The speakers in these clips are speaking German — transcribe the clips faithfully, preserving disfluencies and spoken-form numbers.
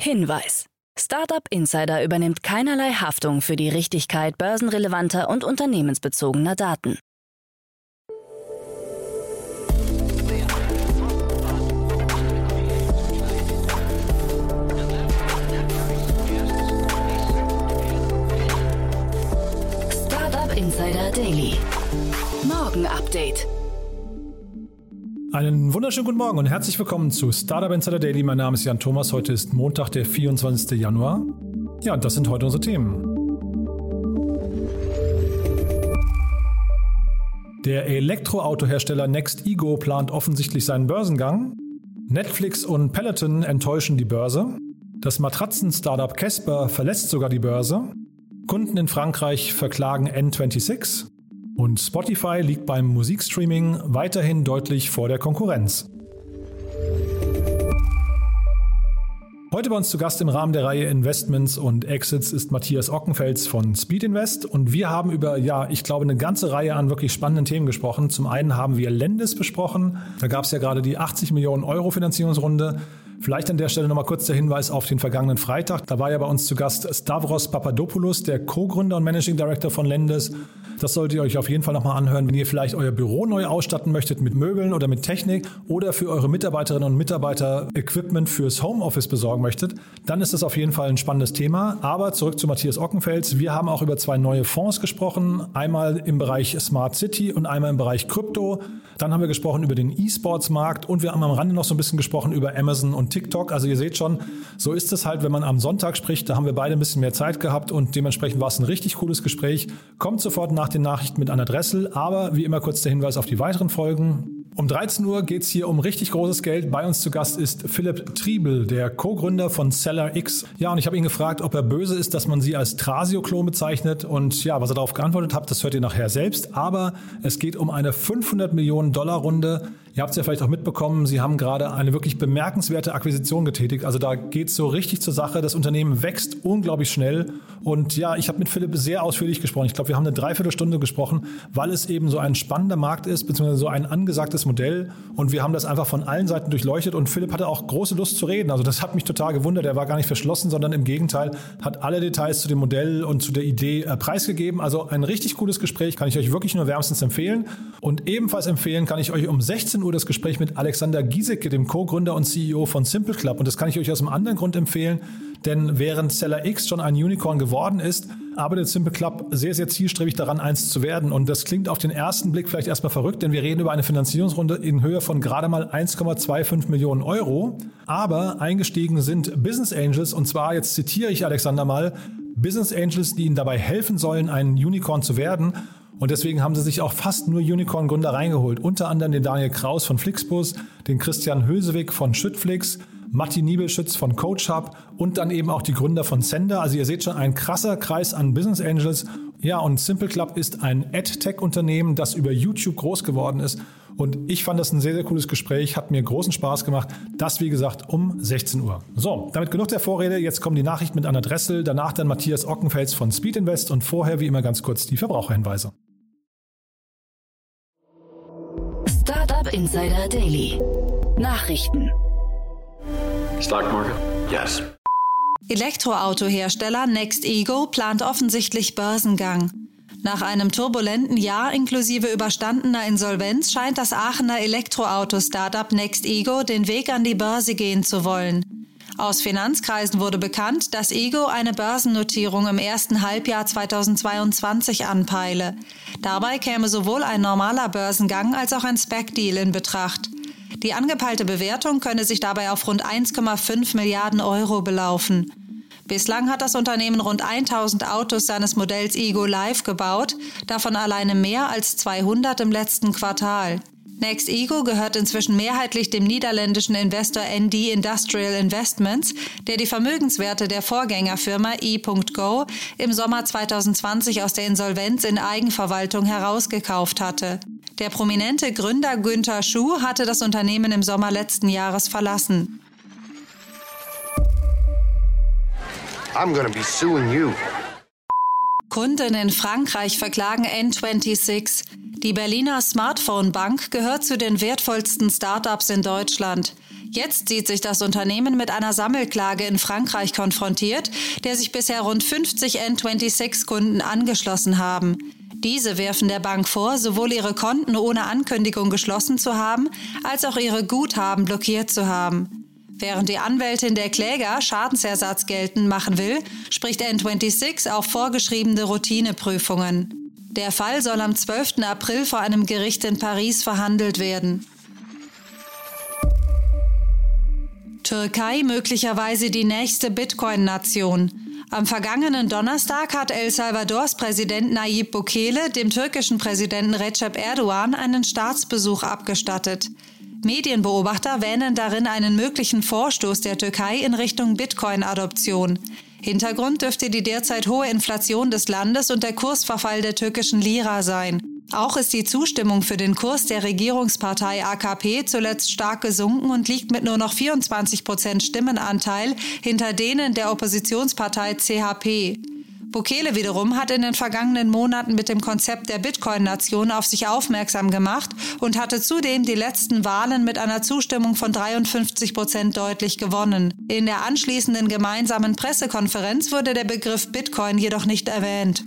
Hinweis: Startup Insider übernimmt keinerlei Haftung für die Richtigkeit börsenrelevanter und unternehmensbezogener Daten. Startup Insider Daily. Morgen Update. Einen wunderschönen guten Morgen und herzlich willkommen zu Startup Insider Daily. Mein Name ist Jan Thomas. Heute ist Montag, der vierundzwanzigster Januar. Ja, und das sind heute unsere Themen. Der Elektroautohersteller NextEgo plant offensichtlich seinen Börsengang. Netflix und Peloton enttäuschen die Börse. Das Matratzen-Startup Casper verlässt sogar die Börse. Kunden in Frankreich verklagen N sechsundzwanzig. Und Spotify liegt beim Musikstreaming weiterhin deutlich vor der Konkurrenz. Heute bei uns zu Gast im Rahmen der Reihe Investments und Exits ist Matthias Ockenfels von Speedinvest und wir haben über, ja, ich glaube, eine ganze Reihe an wirklich spannenden Themen gesprochen. Zum einen haben wir Lendis besprochen, da gab es ja gerade die achtzig Millionen Euro Finanzierungsrunde. Vielleicht an der Stelle nochmal kurz der Hinweis auf den vergangenen Freitag. Da war ja bei uns zu Gast Stavros Papadopoulos, der Co-Gründer und Managing Director von Lendis. Das solltet ihr euch auf jeden Fall nochmal anhören, wenn ihr vielleicht euer Büro neu ausstatten möchtet mit Möbeln oder mit Technik oder für eure Mitarbeiterinnen und Mitarbeiter Equipment fürs Homeoffice besorgen möchtet. Dann ist das auf jeden Fall ein spannendes Thema. Aber zurück zu Matthias Ockenfels. Wir haben auch über zwei neue Fonds gesprochen. Einmal im Bereich Smart City und einmal im Bereich Krypto. Dann haben wir gesprochen über den E-Sports-Markt und wir haben am Rande noch so ein bisschen gesprochen über Amazon und TikTok. Also ihr seht schon, so ist es halt, wenn man am Sonntag spricht. Da haben wir beide ein bisschen mehr Zeit gehabt und dementsprechend war es ein richtig cooles Gespräch. Kommt sofort nach den Nachrichten mit Anna Dressel, aber wie immer kurz der Hinweis auf die weiteren Folgen. Um dreizehn Uhr geht es hier um richtig großes Geld. Bei uns zu Gast ist Philipp Triebel, der Co-Gründer von SellerX. Ja, und ich habe ihn gefragt, ob er böse ist, dass man sie als Trasio-Klon bezeichnet. Und ja, was er darauf geantwortet hat, das hört ihr nachher selbst. Aber es geht um eine fünfhundert Millionen Dollar Runde. Ihr habt es ja vielleicht auch mitbekommen, sie haben gerade eine wirklich bemerkenswerte Akquisition getätigt. Also da geht es so richtig zur Sache. Das Unternehmen wächst unglaublich schnell. Und ja, ich habe mit Philipp sehr ausführlich gesprochen. Ich glaube, wir haben eine Dreiviertelstunde gesprochen, weil es eben so ein spannender Markt ist, beziehungsweise so ein angesagtes Modell. Und wir haben das einfach von allen Seiten durchleuchtet. Und Philipp hatte auch große Lust zu reden. Also das hat mich total gewundert. Er war gar nicht verschlossen, sondern im Gegenteil hat alle Details zu dem Modell und zu der Idee äh, preisgegeben. Also ein richtig cooles Gespräch, kann ich euch wirklich nur wärmstens empfehlen. Und ebenfalls empfehlen kann ich euch um sechzehn Uhr das Gespräch mit Alexander Giesecke, dem Co-Gründer und C E O von Simple Club. Und das kann ich euch aus einem anderen Grund empfehlen, denn während SellerX schon ein Unicorn geworden ist, arbeitet Simple Club sehr, sehr zielstrebig daran, eins zu werden. Und das klingt auf den ersten Blick vielleicht erstmal verrückt, denn wir reden über eine Finanzierungsrunde in Höhe von gerade mal eins Komma fünfundzwanzig Millionen Euro. Aber eingestiegen sind Business Angels, und zwar, jetzt zitiere ich Alexander mal, Business Angels, die ihnen dabei helfen sollen, ein Unicorn zu werden. Und deswegen haben sie sich auch fast nur Unicorn-Gründer reingeholt. Unter anderem den Daniel Kraus von Flixbus, den Christian Hülsewig von Schüttflix, Matti Niebelschütz von CoachHub und dann eben auch die Gründer von Sender. Also ihr seht schon, ein krasser Kreis an Business Angels. Ja, und Simple Club ist ein AdTech-Unternehmen, das über YouTube groß geworden ist. Und ich fand das ein sehr, sehr cooles Gespräch, hat mir großen Spaß gemacht. Das, wie gesagt, um sechzehn Uhr. So, damit genug der Vorrede. Jetzt kommen die Nachrichten mit Anna Dressel, danach dann Matthias Ockenfels von Speedinvest und vorher wie immer ganz kurz die Verbraucherhinweise. Startup Insider Daily. Nachrichten. Stock market? Yes. Elektroautohersteller NextEgo plant offensichtlich Börsengang. Nach einem turbulenten Jahr inklusive überstandener Insolvenz scheint das Aachener Elektroauto-Startup NextEgo den Weg an die Börse gehen zu wollen. Aus Finanzkreisen wurde bekannt, dass Ego eine Börsennotierung im ersten Halbjahr zweitausendzweiundzwanzig anpeile. Dabei käme sowohl ein normaler Börsengang als auch ein SPAC-Deal in Betracht. Die angepeilte Bewertung könne sich dabei auf rund eins Komma fünf Milliarden Euro belaufen. Bislang hat das Unternehmen rund tausend Autos seines Modells Ego Live gebaut, davon alleine mehr als zweihundert im letzten Quartal. NextEgo gehört inzwischen mehrheitlich dem niederländischen Investor N D Industrial Investments, der die Vermögenswerte der Vorgängerfirma E Punkt Go im Sommer zweitausendzwanzig aus der Insolvenz in Eigenverwaltung herausgekauft hatte. Der prominente Gründer Günther Schuh hatte das Unternehmen im Sommer letzten Jahres verlassen. I'm gonna be suing you. Kunden in Frankreich verklagen N sechsundzwanzig. Die Berliner Smartphone Bank gehört zu den wertvollsten Startups in Deutschland. Jetzt sieht sich das Unternehmen mit einer Sammelklage in Frankreich konfrontiert, der sich bisher rund fünfzig N sechsundzwanzig-Kunden angeschlossen haben. Diese werfen der Bank vor, sowohl ihre Konten ohne Ankündigung geschlossen zu haben, als auch ihre Guthaben blockiert zu haben. Während die Anwältin der Kläger Schadensersatz geltend machen will, spricht N sechsundzwanzig auf vorgeschriebene Routineprüfungen. Der Fall soll am zwölften April vor einem Gericht in Paris verhandelt werden. Türkei möglicherweise die nächste Bitcoin-Nation. Am vergangenen Donnerstag hat El Salvadors Präsident Nayib Bukele dem türkischen Präsidenten Recep Erdogan einen Staatsbesuch abgestattet. Medienbeobachter wähnen darin einen möglichen Vorstoß der Türkei in Richtung Bitcoin-Adoption. Hintergrund dürfte die derzeit hohe Inflation des Landes und der Kursverfall der türkischen Lira sein. Auch ist die Zustimmung für den Kurs der Regierungspartei A K P zuletzt stark gesunken und liegt mit nur noch vierundzwanzig Prozent Stimmenanteil hinter denen der Oppositionspartei C H P. Bukele wiederum hat in den vergangenen Monaten mit dem Konzept der Bitcoin-Nation auf sich aufmerksam gemacht und hatte zudem die letzten Wahlen mit einer Zustimmung von dreiundfünfzig Prozent deutlich gewonnen. In der anschließenden gemeinsamen Pressekonferenz wurde der Begriff Bitcoin jedoch nicht erwähnt.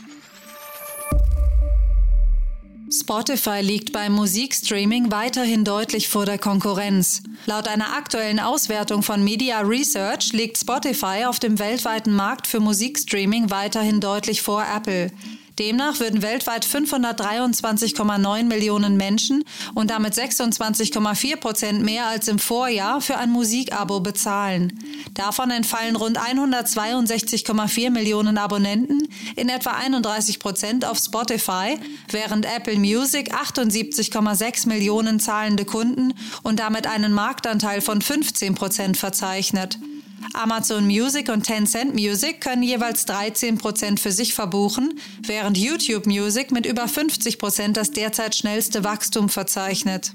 Spotify liegt beim Musikstreaming weiterhin deutlich vor der Konkurrenz. Laut einer aktuellen Auswertung von Media Research liegt Spotify auf dem weltweiten Markt für Musikstreaming weiterhin deutlich vor Apple. Demnach würden weltweit fünfhundertdreiundzwanzig Komma neun Millionen Menschen und damit sechsundzwanzig Komma vier Prozent mehr als im Vorjahr für ein Musikabo bezahlen. Davon entfallen rund hundertzweiundsechzig Komma vier Millionen Abonnenten, in etwa einunddreißig Prozent auf Spotify, während Apple Music achtundsiebzig Komma sechs Millionen zahlende Kunden und damit einen Marktanteil von fünfzehn Prozent verzeichnet. Amazon Music und Tencent Music können jeweils dreizehn Prozent für sich verbuchen, während YouTube Music mit über fünfzig Prozent das derzeit schnellste Wachstum verzeichnet.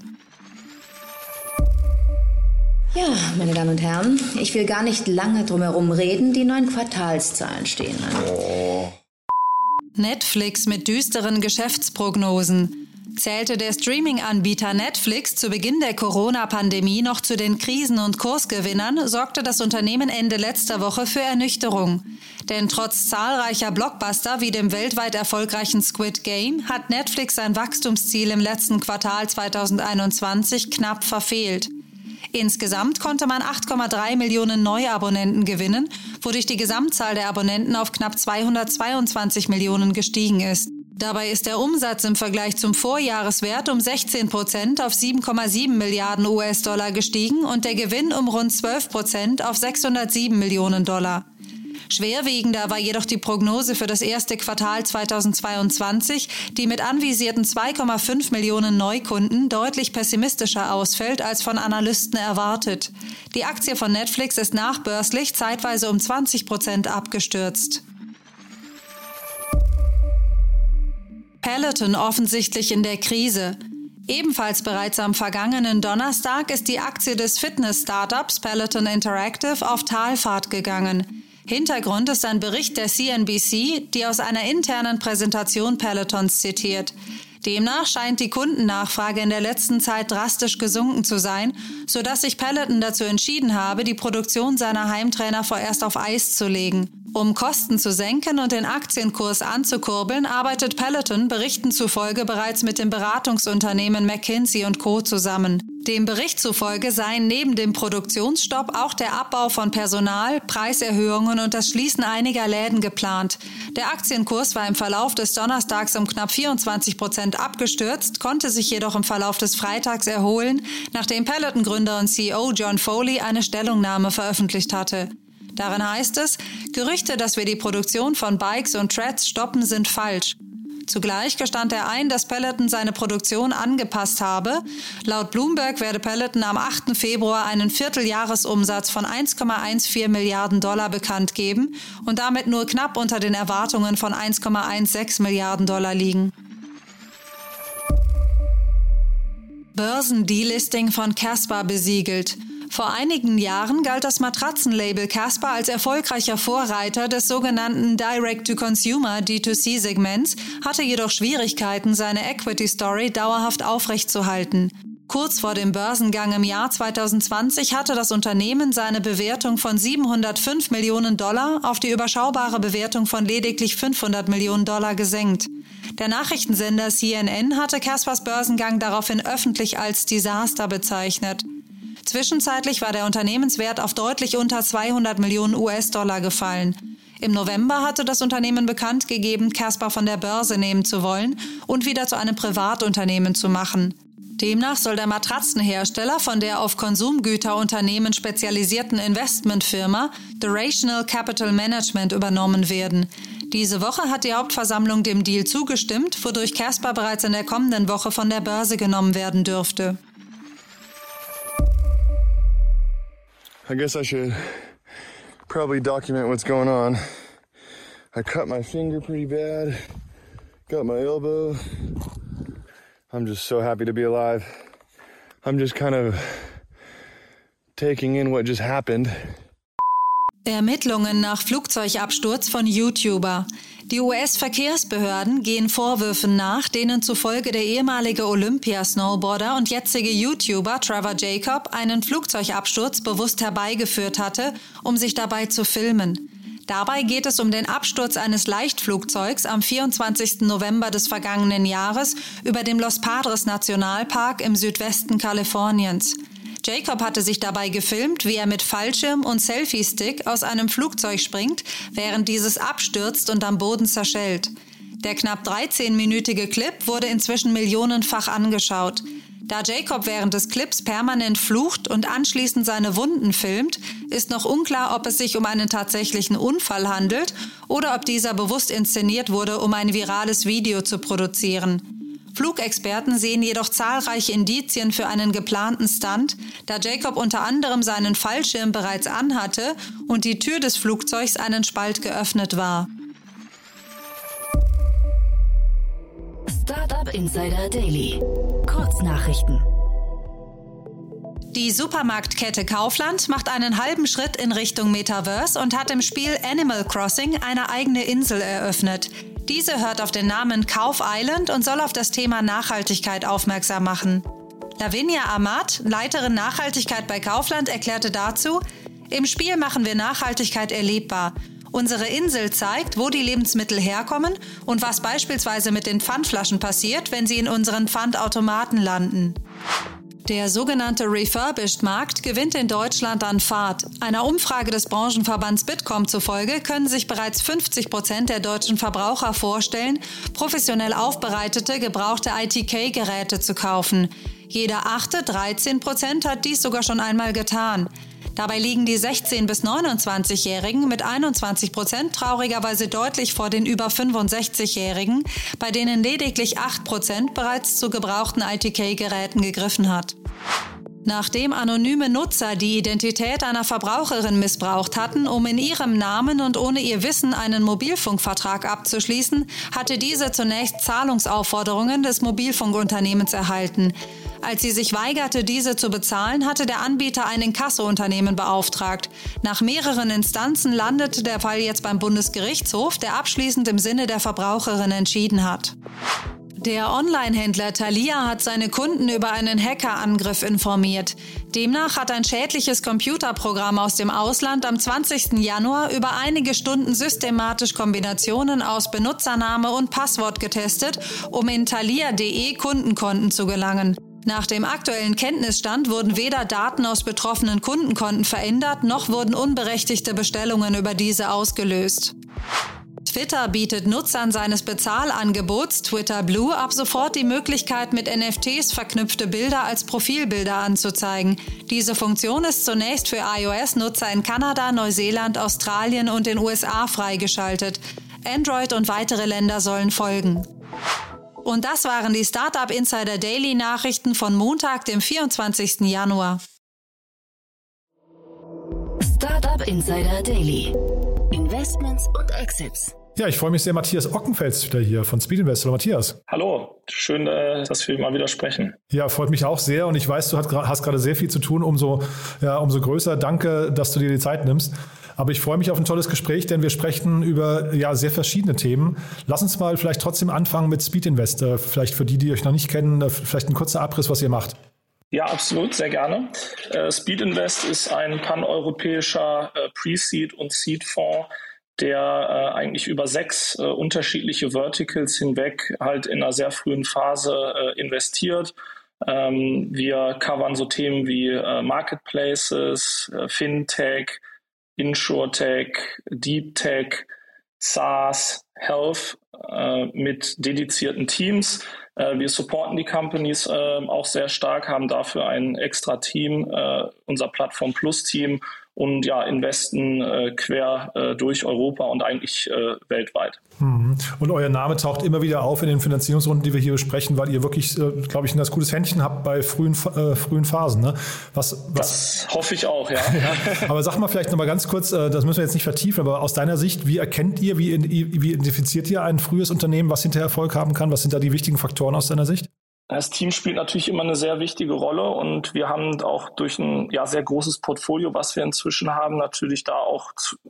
Ja, meine Damen und Herren, ich will gar nicht lange drum herum reden, die neuen Quartalszahlen stehen an. Oh. Netflix mit düsteren Geschäftsprognosen. Zählte der Streaming-Anbieter Netflix zu Beginn der Corona-Pandemie noch zu den Krisen- und Kursgewinnern, sorgte das Unternehmen Ende letzter Woche für Ernüchterung. Denn trotz zahlreicher Blockbuster wie dem weltweit erfolgreichen Squid Game hat Netflix sein Wachstumsziel im letzten Quartal zweitausendeinundzwanzig knapp verfehlt. Insgesamt konnte man acht Komma drei Millionen Neuabonnenten gewinnen, wodurch die Gesamtzahl der Abonnenten auf knapp zweihundertzweiundzwanzig Millionen gestiegen ist. Dabei ist der Umsatz im Vergleich zum Vorjahreswert um sechzehn Prozent auf sieben Komma sieben Milliarden U S-Dollar gestiegen und der Gewinn um rund zwölf Prozent auf sechshundertsieben Millionen Dollar. Schwerwiegender war jedoch die Prognose für das erste Quartal zweitausendzweiundzwanzig, die mit anvisierten zwei Komma fünf Millionen Neukunden deutlich pessimistischer ausfällt als von Analysten erwartet. Die Aktie von Netflix ist nachbörslich zeitweise um zwanzig Prozent abgestürzt. Peloton offensichtlich in der Krise. Ebenfalls bereits am vergangenen Donnerstag ist die Aktie des Fitness-Startups Peloton Interactive auf Talfahrt gegangen. Hintergrund ist ein Bericht der C N B C, die aus einer internen Präsentation Pelotons zitiert. Demnach scheint die Kundennachfrage in der letzten Zeit drastisch gesunken zu sein, sodass sich Peloton dazu entschieden habe, die Produktion seiner Heimtrainer vorerst auf Eis zu legen. Um Kosten zu senken und den Aktienkurs anzukurbeln, arbeitet Peloton Berichten zufolge bereits mit dem Beratungsunternehmen McKinsey und Co. zusammen. Dem Bericht zufolge seien neben dem Produktionsstopp auch der Abbau von Personal, Preiserhöhungen und das Schließen einiger Läden geplant. Der Aktienkurs war im Verlauf des Donnerstags um knapp vierundzwanzig Prozent abgestürzt, konnte sich jedoch im Verlauf des Freitags erholen, nachdem Peloton-Gründer und C E O John Foley eine Stellungnahme veröffentlicht hatte. Darin heißt es, Gerüchte, dass wir die Produktion von Bikes und Treads stoppen, sind falsch. Zugleich gestand er ein, dass Peloton seine Produktion angepasst habe. Laut Bloomberg werde Peloton am achten Februar einen Vierteljahresumsatz von eins Komma vierzehn Milliarden Dollar bekannt geben und damit nur knapp unter den Erwartungen von eins Komma sechzehn Milliarden Dollar liegen. Börsendelisting von Casper besiegelt. Vor einigen Jahren galt das Matratzenlabel Casper als erfolgreicher Vorreiter des sogenannten Direct-to-Consumer D zwei C-Segments, hatte jedoch Schwierigkeiten, seine Equity-Story dauerhaft aufrechtzuhalten. Kurz vor dem Börsengang im Jahr zweitausendzwanzig hatte das Unternehmen seine Bewertung von siebenhundertfünf Millionen Dollar auf die überschaubare Bewertung von lediglich fünfhundert Millionen Dollar gesenkt. Der Nachrichtensender C N N hatte Caspers Börsengang daraufhin öffentlich als Desaster bezeichnet. Zwischenzeitlich war der Unternehmenswert auf deutlich unter zweihundert Millionen U S-Dollar gefallen. Im November hatte das Unternehmen bekannt gegeben, Casper von der Börse nehmen zu wollen und wieder zu einem Privatunternehmen zu machen. Demnach soll der Matratzenhersteller von der auf Konsumgüterunternehmen spezialisierten Investmentfirma Durational Capital Management übernommen werden. Diese Woche hat die Hauptversammlung dem Deal zugestimmt, wodurch Casper bereits in der kommenden Woche von der Börse genommen werden dürfte. I guess I should probably document what's going on. I cut my finger pretty bad, got my elbow. I'm just so happy to be alive. I'm just kind of taking in what just happened. Ermittlungen nach Flugzeugabsturz von YouTuber. Die U S-Verkehrsbehörden gehen Vorwürfen nach, denen zufolge der ehemalige Olympia-Snowboarder und jetzige YouTuber Trevor Jacob einen Flugzeugabsturz bewusst herbeigeführt hatte, um sich dabei zu filmen. Dabei geht es um den Absturz eines Leichtflugzeugs am vierundzwanzigsten November des vergangenen Jahres über dem Los Padres Nationalpark im Südwesten Kaliforniens. Jacob hatte sich dabei gefilmt, wie er mit Fallschirm und Selfie-Stick aus einem Flugzeug springt, während dieses abstürzt und am Boden zerschellt. Der knapp dreizehnminütige Clip wurde inzwischen millionenfach angeschaut. Da Jacob während des Clips permanent flucht und anschließend seine Wunden filmt, ist noch unklar, ob es sich um einen tatsächlichen Unfall handelt oder ob dieser bewusst inszeniert wurde, um ein virales Video zu produzieren. Flugexperten sehen jedoch zahlreiche Indizien für einen geplanten Stunt, da Jacob unter anderem seinen Fallschirm bereits anhatte und die Tür des Flugzeugs einen Spalt geöffnet war. Startup Insider Daily. Kurznachrichten. Die Supermarktkette Kaufland macht einen halben Schritt in Richtung Metaverse und hat im Spiel Animal Crossing eine eigene Insel eröffnet. Diese hört auf den Namen Kauf Island und soll auf das Thema Nachhaltigkeit aufmerksam machen. Lavinia Amat, Leiterin Nachhaltigkeit bei Kaufland, erklärte dazu: Im Spiel machen wir Nachhaltigkeit erlebbar. Unsere Insel zeigt, wo die Lebensmittel herkommen und was beispielsweise mit den Pfandflaschen passiert, wenn sie in unseren Pfandautomaten landen. Der sogenannte Refurbished-Markt gewinnt in Deutschland an Fahrt. Einer Umfrage des Branchenverbands Bitkom zufolge können sich bereits fünfzig Prozent der deutschen Verbraucher vorstellen, professionell aufbereitete, gebrauchte I T K-Geräte zu kaufen. Jeder achte, dreizehn Prozent, hat dies sogar schon einmal getan. Dabei liegen die sechzehn- bis neunundzwanzigjährigen mit einundzwanzig Prozent traurigerweise deutlich vor den über fünfundsechzigjährigen, bei denen lediglich acht Prozent bereits zu gebrauchten I T K-Geräten gegriffen hat. Nachdem anonyme Nutzer die Identität einer Verbraucherin missbraucht hatten, um in ihrem Namen und ohne ihr Wissen einen Mobilfunkvertrag abzuschließen, hatte diese zunächst Zahlungsaufforderungen des Mobilfunkunternehmens erhalten. Als sie sich weigerte, diese zu bezahlen, hatte der Anbieter ein Inkassounternehmen beauftragt. Nach mehreren Instanzen landete der Fall jetzt beim Bundesgerichtshof, der abschließend im Sinne der Verbraucherin entschieden hat. Der Online-Händler Thalia hat seine Kunden über einen Hackerangriff informiert. Demnach hat ein schädliches Computerprogramm aus dem Ausland am zwanzigsten Januar über einige Stunden systematisch Kombinationen aus Benutzername und Passwort getestet, um in thalia punkt de Kundenkonten zu gelangen. Nach dem aktuellen Kenntnisstand wurden weder Daten aus betroffenen Kundenkonten verändert, noch wurden unberechtigte Bestellungen über diese ausgelöst. Twitter bietet Nutzern seines Bezahlangebots Twitter Blue ab sofort die Möglichkeit, mit N F Ts verknüpfte Bilder als Profilbilder anzuzeigen. Diese Funktion ist zunächst für iOS-Nutzer in Kanada, Neuseeland, Australien und den U S A freigeschaltet. Android und weitere Länder sollen folgen. Und das waren die Startup Insider Daily Nachrichten von Montag, dem vierundzwanzigsten Januar. Startup Insider Daily. Investments und Exits. Ja, ich freue mich sehr, Matthias Ockenfels wieder hier von Speed Invest. Hallo Matthias. Hallo, schön, dass wir mal wieder sprechen. Ja, freut mich auch sehr und ich weiß, du hast gerade sehr viel zu tun, umso, ja, umso größer. Danke, dass du dir die Zeit nimmst. Aber ich freue mich auf ein tolles Gespräch, denn wir sprechen über ja, sehr verschiedene Themen. Lass uns mal vielleicht trotzdem anfangen mit Speed Invest. Vielleicht für die, die euch noch nicht kennen, vielleicht ein kurzer Abriss, was ihr macht. Ja, absolut, sehr gerne. Äh, Speed Invest ist ein paneuropäischer äh, Pre-Seed- und Seed-Fonds, der äh, eigentlich über sechs äh, unterschiedliche Verticals hinweg halt in einer sehr frühen Phase äh, investiert. Ähm, wir covern so Themen wie äh, Marketplaces, äh, Fintech, Insurtech, Deep Tech, SaaS, Health äh, mit dedizierten Teams. Äh, wir supporten die Companies äh, auch sehr stark, haben dafür ein extra Team, äh, unser Plattform Plus Team, und ja, investen äh, quer äh, durch Europa und eigentlich äh, weltweit. Mhm. Und euer Name taucht immer wieder auf in den Finanzierungsrunden, die wir hier besprechen, weil ihr wirklich, äh, glaube ich, ein ganz gutes Händchen habt bei frühen, äh, frühen Phasen. Ne? Was, was das hoffe ich auch, ja. ja. Aber sag mal vielleicht noch mal ganz kurz, äh, das müssen wir jetzt nicht vertiefen, aber aus deiner Sicht, wie erkennt ihr, wie, wie identifiziert ihr ein frühes Unternehmen, was hinterher Erfolg haben kann? Was sind da die wichtigen Faktoren aus deiner Sicht? Das Team spielt natürlich immer eine sehr wichtige Rolle, und wir haben auch durch ein ja, sehr großes Portfolio, was wir inzwischen haben, natürlich da auch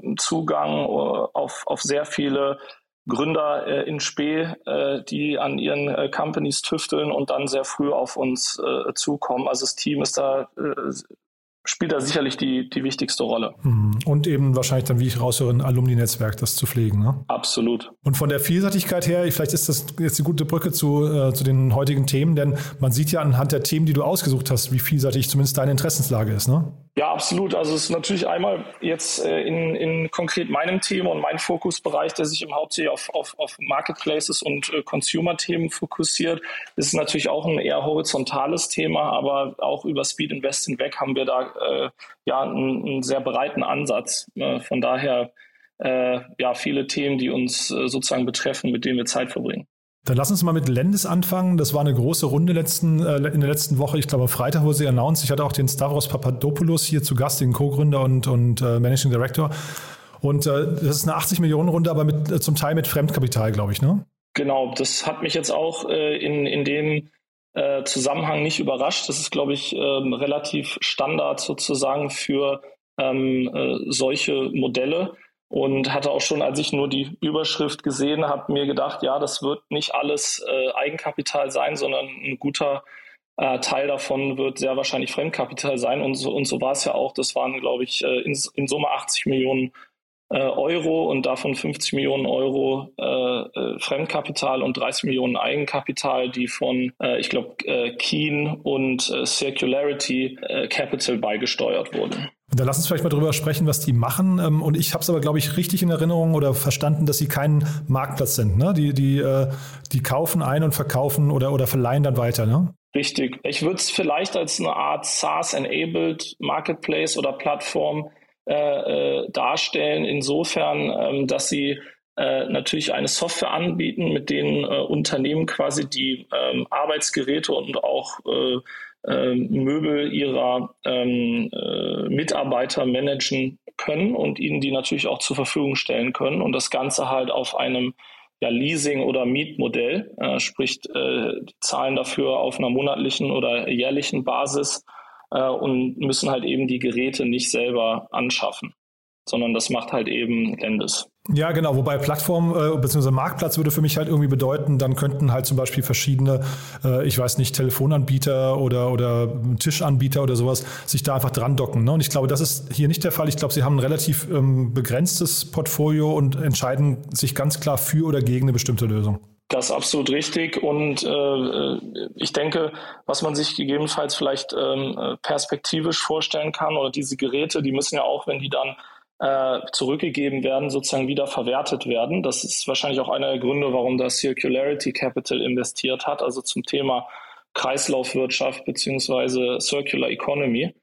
Zugang auf, auf sehr viele Gründer äh, in Spe, äh, die an ihren äh, Companies tüfteln und dann sehr früh auf uns äh, zukommen. Also das Team ist da äh, spielt da sicherlich die, die wichtigste Rolle. Und eben wahrscheinlich dann, wie ich raushöre, ein Alumni-Netzwerk, das zu pflegen. Ne? Absolut. Und von der Vielseitigkeit her, vielleicht ist das jetzt eine gute Brücke zu, äh, zu den heutigen Themen, denn man sieht ja anhand der Themen, die du ausgesucht hast, wie vielseitig zumindest deine Interessenslage ist, ne? Ja, absolut. Also es ist natürlich einmal jetzt äh, in, in konkret meinem Thema und mein Fokusbereich, der sich im Hauptsächlich auf, auf, auf Marketplaces und äh, Consumer-Themen fokussiert. Das ist natürlich auch ein eher horizontales Thema, aber auch über Speed Invest hinweg haben wir da äh, ja einen, einen sehr breiten Ansatz. Äh, von daher äh, ja viele Themen, die uns äh, sozusagen betreffen, mit denen wir Zeit verbringen. Dann lass uns mal mit Lendis anfangen. Das war eine große Runde letzten, äh, in der letzten Woche. Ich glaube, am Freitag wurde sie announced. Ich hatte auch den Stavros Papadopoulos hier zu Gast, den Co-Gründer und, und äh, Managing Director. Und äh, das ist eine achtzig Millionen Runde, aber mit, äh, zum Teil mit Fremdkapital, glaube ich, ne? Genau, das hat mich jetzt auch äh, in, in dem äh, Zusammenhang nicht überrascht. Das ist, glaube ich, ähm, relativ Standard sozusagen für ähm, äh, solche Modelle. Und hatte auch schon, als ich nur die Überschrift gesehen habe, mir gedacht, ja, das wird nicht alles äh, Eigenkapital sein, sondern ein guter äh, Teil davon wird sehr wahrscheinlich Fremdkapital sein. Und so, und so war es ja auch. Das waren, glaube ich, äh, in, in Summe achtzig Millionen äh, Euro und davon fünfzig Millionen Euro äh, äh, Fremdkapital und dreißig Millionen Eigenkapital, die von, äh, ich glaube, äh, Keen und äh, Circularity äh, Capital beigesteuert wurden. Und da lass uns vielleicht mal drüber sprechen, was die machen. Und ich habe es aber, glaube ich, richtig in Erinnerung oder verstanden, dass sie kein Marktplatz sind. Ne? Die, die, die kaufen ein und verkaufen oder, oder verleihen dann weiter, ne? Richtig. Ich würde es vielleicht als eine Art SaaS-enabled Marketplace oder Plattform äh, äh, darstellen, insofern, ähm, dass sie äh, natürlich eine Software anbieten, mit denen äh, Unternehmen quasi die ähm, Arbeitsgeräte und auch äh, Möbel ihrer ähm, äh, Mitarbeiter managen können und ihnen die natürlich auch zur Verfügung stellen können, und das Ganze halt auf einem ja, Leasing- oder Mietmodell, äh, sprich äh, die zahlen dafür auf einer monatlichen oder jährlichen Basis äh, und müssen halt eben die Geräte nicht selber anschaffen, sondern das macht halt eben Lendis. Ja, genau. Wobei Plattform äh, bzw. Marktplatz würde für mich halt irgendwie bedeuten, dann könnten halt zum Beispiel verschiedene, äh, ich weiß nicht, Telefonanbieter oder, oder Tischanbieter oder sowas sich da einfach dran docken. Ne? Und ich glaube, das ist hier nicht der Fall. Ich glaube, sie haben ein relativ ähm, begrenztes Portfolio und entscheiden sich ganz klar für oder gegen eine bestimmte Lösung. Das ist absolut richtig, und äh, ich denke, was man sich gegebenenfalls vielleicht ähm, perspektivisch vorstellen kann, oder diese Geräte, die müssen ja auch, wenn die dann äh, zurückgegeben werden, sozusagen wieder verwertet werden. Das ist wahrscheinlich auch einer der Gründe, warum das Circularity Capital investiert hat, also zum Thema Kreislaufwirtschaft bzw. Circular Economy.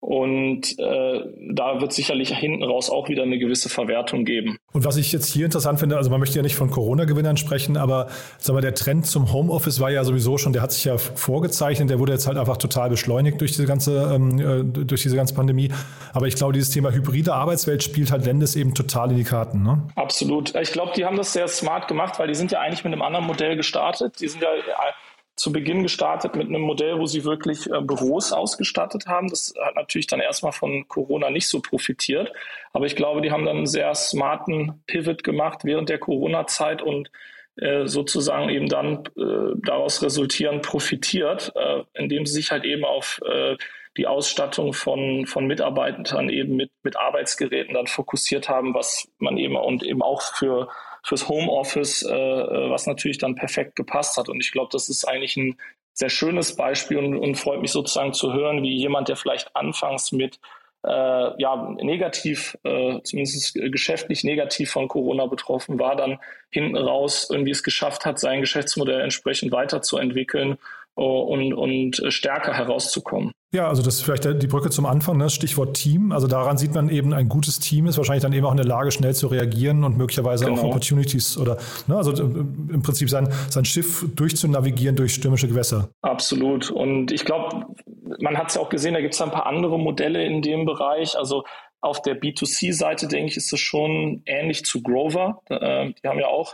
Und äh, da wird sicherlich hinten raus auch wieder eine gewisse Verwertung geben. Und was ich jetzt hier interessant finde, also man möchte ja nicht von Corona-Gewinnern sprechen, aber sag mal, der Trend zum Homeoffice war ja sowieso schon, der hat sich ja vorgezeichnet, der wurde jetzt halt einfach total beschleunigt durch diese ganze, ähm, durch diese ganze Pandemie. Aber ich glaube, dieses Thema hybride Arbeitswelt spielt halt Lendis eben total in die Karten, ne? Absolut. Ich glaube, die haben das sehr smart gemacht, weil die sind ja eigentlich mit einem anderen Modell gestartet. Die sind ja zu Beginn gestartet mit einem Modell, wo sie wirklich äh, Büros ausgestattet haben. Das hat natürlich dann erstmal von Corona nicht so profitiert. Aber ich glaube, die haben dann einen sehr smarten Pivot gemacht während der Corona-Zeit und äh, sozusagen eben dann äh, daraus resultierend profitiert, äh, indem sie sich halt eben auf äh, die Ausstattung von, von Mitarbeitern eben mit, mit Arbeitsgeräten dann fokussiert haben, was man eben und eben auch für fürs Homeoffice, äh, was natürlich dann perfekt gepasst hat. Und ich glaube, das ist eigentlich ein sehr schönes Beispiel und, und freut mich sozusagen zu hören, wie jemand, der vielleicht anfangs mit äh, ja negativ, äh, zumindest geschäftlich negativ von Corona betroffen war, dann hinten raus irgendwie es geschafft hat, sein Geschäftsmodell entsprechend weiterzuentwickeln und, und stärker herauszukommen. Ja, also das ist vielleicht die Brücke zum Anfang, ne? Stichwort Team. Also daran sieht man eben, ein gutes Team ist wahrscheinlich dann eben auch in der Lage, schnell zu reagieren und möglicherweise genau. auch Opportunities oder, ne? also im Prinzip sein, sein Schiff durchzunavigieren durch stürmische Gewässer. Absolut. Und ich glaube, man hat es ja auch gesehen, da gibt es ein paar andere Modelle in dem Bereich. Also auf der B zwei C-Seite, denke ich, ist es schon ähnlich zu Grover. Äh, die haben ja auch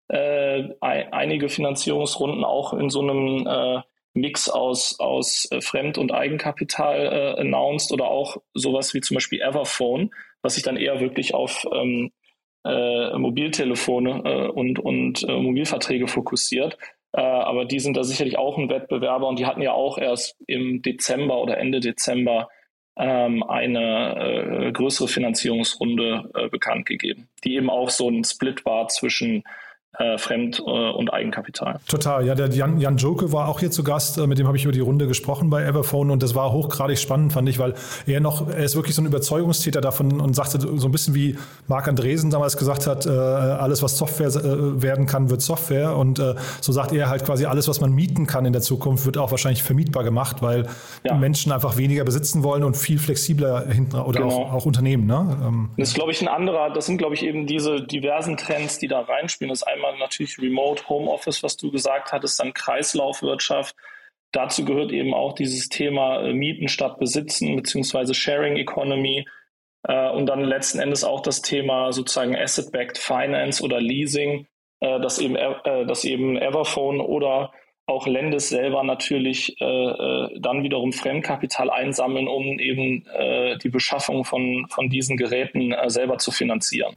äh, einige Finanzierungsrunden auch in so einem äh, Mix aus, aus äh, Fremd- und Eigenkapital äh, announced oder auch sowas wie zum Beispiel Everphone, was sich dann eher wirklich auf ähm, äh, Mobiltelefone äh, und, und äh, Mobilverträge fokussiert. Äh, aber die sind da sicherlich auch ein Wettbewerber und die hatten ja auch erst im Dezember oder Ende Dezember ähm, eine äh, größere Finanzierungsrunde äh, bekannt gegeben, die eben auch so ein Split war zwischen Äh, Fremd- äh, und Eigenkapital. Total, ja, der Jan, Jan Joke war auch hier zu Gast, äh, mit dem habe ich über die Runde gesprochen bei Everphone und das war hochgradig spannend, fand ich, weil er noch, er ist wirklich so ein Überzeugungstäter davon und sagte so ein bisschen wie Marc Andresen damals gesagt hat, äh, alles was Software äh, werden kann, wird Software und äh, so sagt er halt quasi, alles was man mieten kann in der Zukunft, wird auch wahrscheinlich vermietbar gemacht, weil ja. Menschen einfach weniger besitzen wollen und viel flexibler hinten oder genau. auch, auch Unternehmen. Ne? Ähm, das ist, glaube ich, ein anderer, das sind, glaube ich, eben diese diversen Trends, die da reinspielen. Das ist einmal natürlich Remote Homeoffice, was du gesagt hattest, dann Kreislaufwirtschaft. Dazu gehört eben auch dieses Thema äh, Mieten statt Besitzen beziehungsweise Sharing Economy äh, und dann letzten Endes auch das Thema sozusagen Asset-Backed Finance oder Leasing, äh, das eben äh, das eben Everphone oder auch Lendis selber natürlich äh, äh, dann wiederum Fremdkapital einsammeln, um eben äh, die Beschaffung von, von diesen Geräten äh, selber zu finanzieren.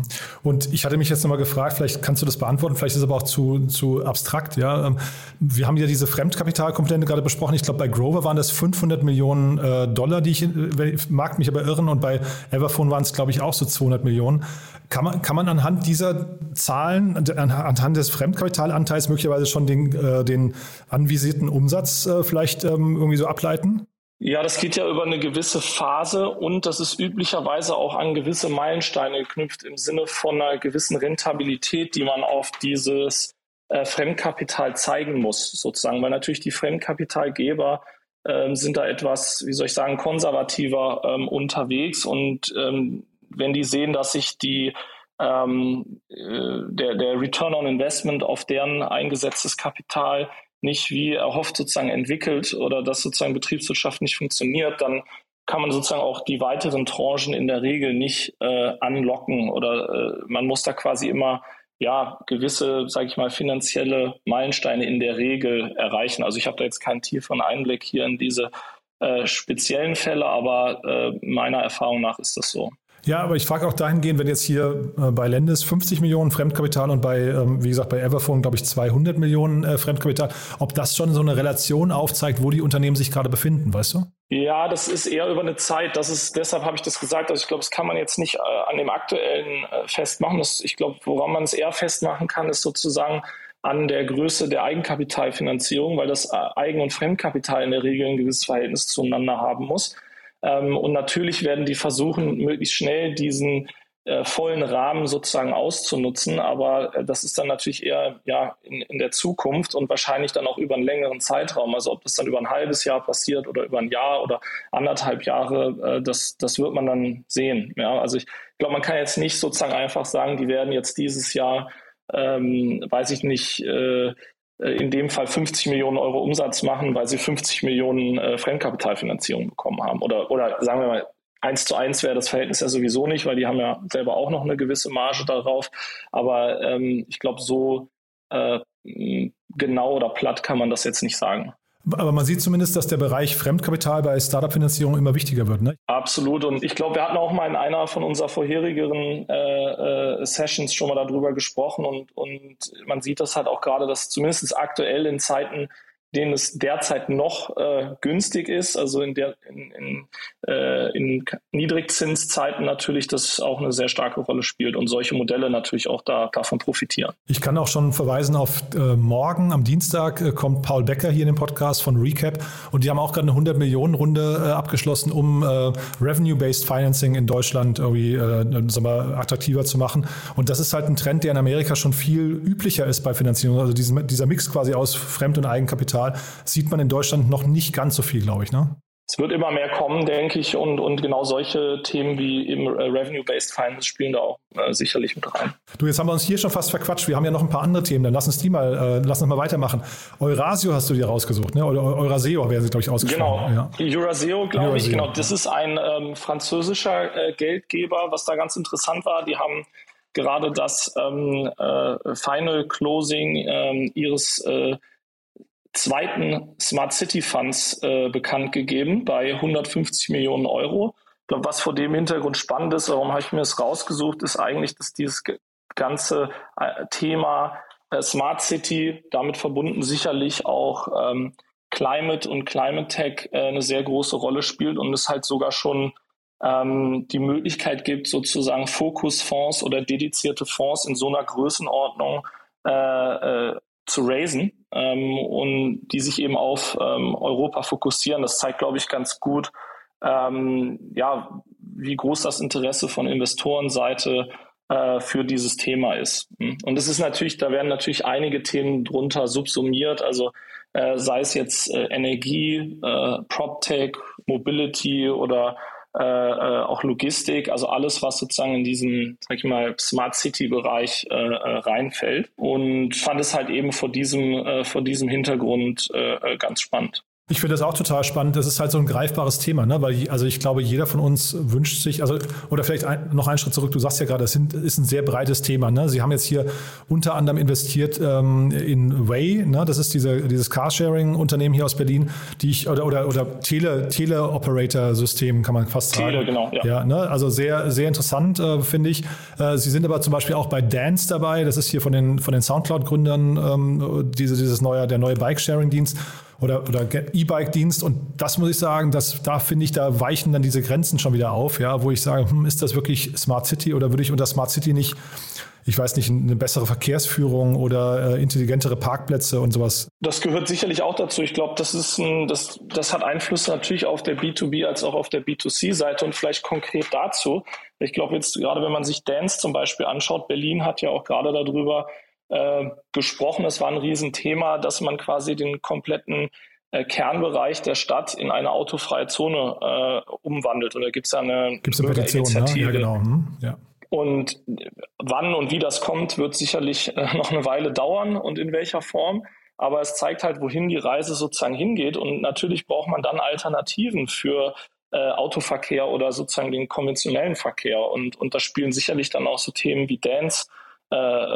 Und ich hatte mich jetzt nochmal gefragt, vielleicht kannst du das beantworten, vielleicht ist es aber auch zu, zu abstrakt. Ja? Wir haben ja diese Fremdkapitalkomponente gerade besprochen. Ich glaube, bei Grover waren das fünfhundert Millionen äh, Dollar, die ich, ich mag mich aber irren, und bei Everphone waren es, glaube ich, auch so zweihundert Millionen. Kann man, kann man anhand dieser Zahlen, anhand des Fremdkapitalanteils möglicherweise schon den, äh, den anvisierten Umsatz äh, vielleicht ähm, irgendwie so ableiten? Ja, das geht ja über eine gewisse Phase und das ist üblicherweise auch an gewisse Meilensteine geknüpft im Sinne von einer gewissen Rentabilität, die man auf dieses äh, Fremdkapital zeigen muss, sozusagen, weil natürlich die Fremdkapitalgeber äh, sind da etwas, wie soll ich sagen, konservativer ähm, unterwegs und ähm, wenn die sehen, dass sich die ähm, äh, der, der Return on Investment auf deren eingesetztes Kapital nicht wie erhofft sozusagen entwickelt oder dass sozusagen Betriebswirtschaft nicht funktioniert, dann kann man sozusagen auch die weiteren Tranchen in der Regel nicht äh, anlocken oder äh, man muss da quasi immer ja gewisse, sage ich mal, finanzielle Meilensteine in der Regel erreichen. Also ich habe da jetzt keinen tieferen Einblick hier in diese äh, speziellen Fälle, aber äh, meiner Erfahrung nach ist das so. Ja, aber ich frage auch dahingehend, wenn jetzt hier äh, bei Lendis fünfzig Millionen Fremdkapital und bei, ähm, wie gesagt, bei Everphone, glaube ich, zweihundert Millionen äh, Fremdkapital, ob das schon so eine Relation aufzeigt, wo die Unternehmen sich gerade befinden, weißt du? Ja, das ist eher über eine Zeit. Das ist, deshalb habe ich das gesagt. Also ich glaube, das kann man jetzt nicht äh, an dem aktuellen äh, festmachen. Das, ich glaube, woran man es eher festmachen kann, ist sozusagen an der Größe der Eigenkapitalfinanzierung, weil das äh, Eigen- und Fremdkapital in der Regel ein gewisses Verhältnis zueinander haben muss. Ähm, und natürlich werden die versuchen, möglichst schnell diesen äh, vollen Rahmen sozusagen auszunutzen. Aber äh, das ist dann natürlich eher ja, in, in der Zukunft und wahrscheinlich dann auch über einen längeren Zeitraum. Also ob das dann über ein halbes Jahr passiert oder über ein Jahr oder anderthalb Jahre, äh, das, das wird man dann sehen. Ja? Also ich glaube, man kann jetzt nicht sozusagen einfach sagen, die werden jetzt dieses Jahr, ähm, weiß ich nicht, äh, in dem Fall fünfzig Millionen Euro Umsatz machen, weil sie fünfzig Millionen äh, Fremdkapitalfinanzierung bekommen haben. Oder, oder sagen wir mal, eins zu eins wäre das Verhältnis ja sowieso nicht, weil die haben ja selber auch noch eine gewisse Marge darauf. Aber ähm, ich glaube, so äh, genau oder platt kann man das jetzt nicht sagen. Aber man sieht zumindest, dass der Bereich Fremdkapital bei Startup-Finanzierung immer wichtiger wird, ne? Absolut. Und ich glaube, wir hatten auch mal in einer von unserer vorherigeren äh, äh, Sessions schon mal darüber gesprochen und, und man sieht das halt auch gerade, dass zumindest aktuell in Zeiten, denen es derzeit noch äh, günstig ist, also in der in, in, äh, in Niedrigzinszeiten natürlich das auch eine sehr starke Rolle spielt und solche Modelle natürlich auch da, davon profitieren. Ich kann auch schon verweisen auf äh, morgen, am Dienstag äh, kommt Paul Becker hier in den Podcast von Recap und die haben auch gerade eine hundert Millionen Runde äh, abgeschlossen, um äh, Revenue-Based Financing in Deutschland irgendwie äh, sagen wir, attraktiver zu machen. Und das ist halt ein Trend, der in Amerika schon viel üblicher ist bei Finanzierung. Also diesen, dieser Mix quasi aus Fremd- und Eigenkapital sieht man in Deutschland noch nicht ganz so viel, glaube ich, ne? Es wird immer mehr kommen, denke ich, und, und genau solche Themen wie eben äh, Revenue-Based Finance spielen da auch äh, sicherlich mit rein. Du, jetzt haben wir uns hier schon fast verquatscht. Wir haben ja noch ein paar andere Themen, dann lass uns die mal, äh, lass uns mal weitermachen. Eurasio hast du dir rausgesucht, ne? Oder Euraseo wäre sie, glaube ich, ausgesprochen. Genau, ja. Euraseo, glaube Euraseo. ich, genau. Das ist ein ähm, französischer äh, Geldgeber, was da ganz interessant war. Die haben gerade das ähm, äh, Final Closing ähm, ihres äh, zweiten Smart City Funds äh, bekannt gegeben bei hundertfünfzig Millionen Euro. Ich glaube, was vor dem Hintergrund spannend ist, warum habe ich mir das rausgesucht, ist eigentlich, dass dieses ganze äh, Thema äh, Smart City, damit verbunden sicherlich auch ähm, Climate und Climate Tech äh, eine sehr große Rolle spielt und es halt sogar schon ähm, die Möglichkeit gibt, sozusagen Fokusfonds oder dedizierte Fonds in so einer Größenordnung äh, äh, zu raisen ähm, und die sich eben auf ähm, Europa fokussieren. Das zeigt, glaube ich, ganz gut, ähm, ja, wie groß das Interesse von Investorenseite äh, für dieses Thema ist. Und es ist natürlich, da werden natürlich einige Themen drunter subsumiert, also äh, sei es jetzt äh, Energie, äh, PropTech, Mobility oder Äh, äh, auch Logistik, also alles, was sozusagen in diesen, sag ich mal, Smart City-Bereich äh, äh, reinfällt und fand es halt eben vor diesem, äh, vor diesem Hintergrund äh, ganz spannend. Ich finde das auch total spannend. Das ist halt so ein greifbares Thema, ne? Weil also ich glaube, jeder von uns wünscht sich, also oder vielleicht ein, noch einen Schritt zurück. Du sagst ja gerade, das sind, ist ein sehr breites Thema. Ne? Sie haben jetzt hier unter anderem investiert ähm, in Way, ne? Das ist diese, dieses Carsharing-Unternehmen hier aus Berlin, die ich oder oder oder Tele Tele-Operator-System kann man fast sagen. Tele, genau. Ja, ja, ne? Also sehr sehr interessant äh, finde ich. Äh, Sie sind aber zum Beispiel auch bei Dance dabei. Das ist hier von den von den Soundcloud-Gründern ähm, diese dieses neue der neue Bike-Sharing-Dienst. Oder, oder E-Bike-Dienst und das muss ich sagen, das, da finde ich, da weichen dann diese Grenzen schon wieder auf, ja, wo ich sage, hm, ist das wirklich Smart City oder würde ich unter Smart City nicht, ich weiß nicht, eine bessere Verkehrsführung oder äh, intelligentere Parkplätze und sowas? Das gehört sicherlich auch dazu. Ich glaube, das ist ein, das, das hat Einflüsse natürlich auf der B zwei B als auch auf der B zwei C-Seite und vielleicht konkret dazu. Ich glaube jetzt gerade, wenn man sich Dance zum Beispiel anschaut, Berlin hat ja auch gerade darüber Äh, gesprochen. Es war ein Riesenthema, dass man quasi den kompletten äh, Kernbereich der Stadt in eine autofreie Zone äh, umwandelt. Und da gibt es ja eine Gibt's eine Petition, ne? Ja, genau. Hm, ja. Und wann und wie das kommt, wird sicherlich äh, noch eine Weile dauern und in welcher Form. Aber es zeigt halt, wohin die Reise sozusagen hingeht. Und natürlich braucht man dann Alternativen für äh, Autoverkehr oder sozusagen den konventionellen Verkehr. Und, und da spielen sicherlich dann auch so Themen wie Dance Äh,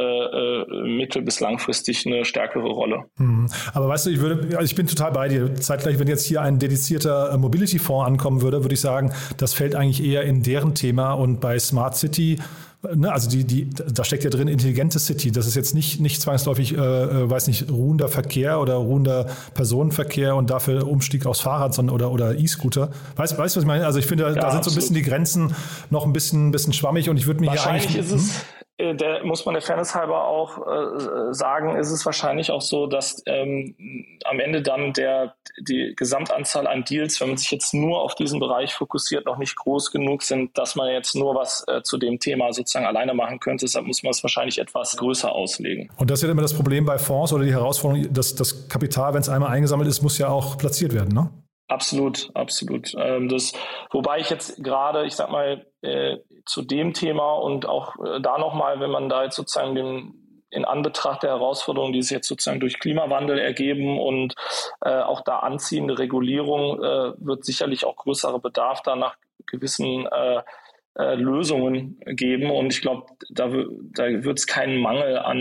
äh, mittel- bis langfristig eine stärkere Rolle. Mhm. Aber weißt du, ich würde, also ich bin total bei dir. Zeitgleich, wenn jetzt hier ein dedizierter Mobility-Fonds ankommen würde, würde ich sagen, das fällt eigentlich eher in deren Thema und bei Smart City, ne, also die, die, da steckt ja drin intelligente City. Das ist jetzt nicht, nicht zwangsläufig, äh, weiß nicht, ruhender Verkehr oder ruhender Personenverkehr und dafür Umstieg aufs Fahrrad sondern, oder, oder E-Scooter. Weißt du, was ich meine? Also ich finde, da, ja, da sind absolut. so ein bisschen die Grenzen noch ein bisschen, bisschen schwammig und ich würde mir hier eigentlich... Wahrscheinlich ist es... Der, muss man der Fairness halber auch äh, sagen, ist es wahrscheinlich auch so, dass ähm, am Ende dann der, die Gesamtanzahl an Deals, wenn man sich jetzt nur auf diesen Bereich fokussiert, noch nicht groß genug sind, dass man jetzt nur was äh, zu dem Thema sozusagen alleine machen könnte. Deshalb muss man es wahrscheinlich etwas größer auslegen. Und das ist ja immer das Problem bei Fonds oder die Herausforderung, dass das Kapital, wenn es einmal eingesammelt ist, muss ja auch platziert werden, ne? Absolut, absolut. Ähm, das, wobei ich jetzt gerade, ich sag mal, äh, zu dem Thema und auch äh, da nochmal, wenn man da jetzt sozusagen den, in Anbetracht der Herausforderungen, die sich jetzt sozusagen durch Klimawandel ergeben und äh, auch da anziehende Regulierung, äh, wird sicherlich auch größerer Bedarf da nach gewissen äh, äh, Lösungen geben. Und ich glaube, da, da wird es keinen Mangel an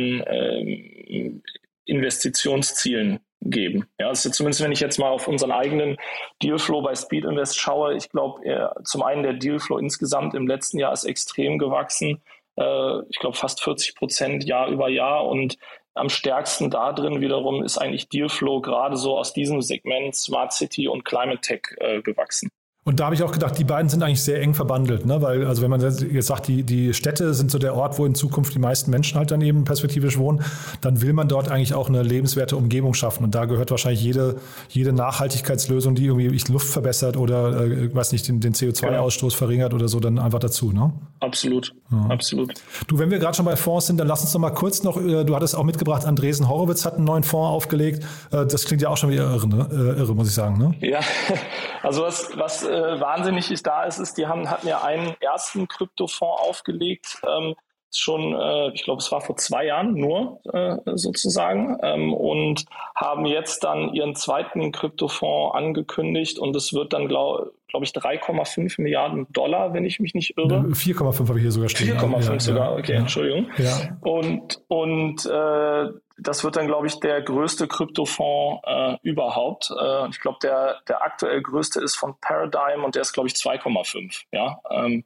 äh, Investitionszielen geben. Ja, also zumindest wenn ich jetzt mal auf unseren eigenen Dealflow bei Speed Invest schaue, ich glaube, zum einen der Dealflow insgesamt im letzten Jahr ist extrem gewachsen. äh, ich glaube fast vierzig Prozent Jahr über Jahr, und am stärksten da drin wiederum ist eigentlich Dealflow gerade so aus diesem Segment Smart City und Climate Tech äh, gewachsen. Und da habe ich auch gedacht, die beiden sind eigentlich sehr eng verbandelt, ne? Weil, also wenn man jetzt sagt, die, die Städte sind so der Ort, wo in Zukunft die meisten Menschen halt dann eben perspektivisch wohnen, dann will man dort eigentlich auch eine lebenswerte Umgebung schaffen. Und da gehört wahrscheinlich jede, jede Nachhaltigkeitslösung, die irgendwie die Luft verbessert oder, äh, weiß nicht, den, den C O zwei Ausstoß genau. verringert oder so, dann einfach dazu, ne? Absolut, ja. absolut. Du, wenn wir gerade schon bei Fonds sind, dann lass uns noch mal kurz noch, du hattest auch mitgebracht, Andreessen Horowitz hat einen neuen Fonds aufgelegt. Das klingt ja auch schon wieder irre, ne? irre muss ich sagen, ne? Ja, also was, was äh, wahnsinnig ist da ist, ist, die haben, hatten ja einen ersten Kryptofonds aufgelegt, ähm, schon, äh, ich glaube, es war vor zwei Jahren nur äh, sozusagen, ähm, und haben jetzt dann ihren zweiten Kryptofonds angekündigt, und es wird dann, glaube glaub ich, drei Komma fünf Milliarden Dollar, wenn ich mich nicht irre. vier Komma fünf habe ich hier sogar stehen. vier Komma fünf ja, sogar, okay, ja. Entschuldigung. Ja. Und, und äh, das wird dann, glaube ich, der größte Kryptofonds äh, überhaupt. Äh, ich glaube, der, der aktuell größte ist von Paradigm, und der ist, glaube ich, zwei Komma fünf. Ja, ähm,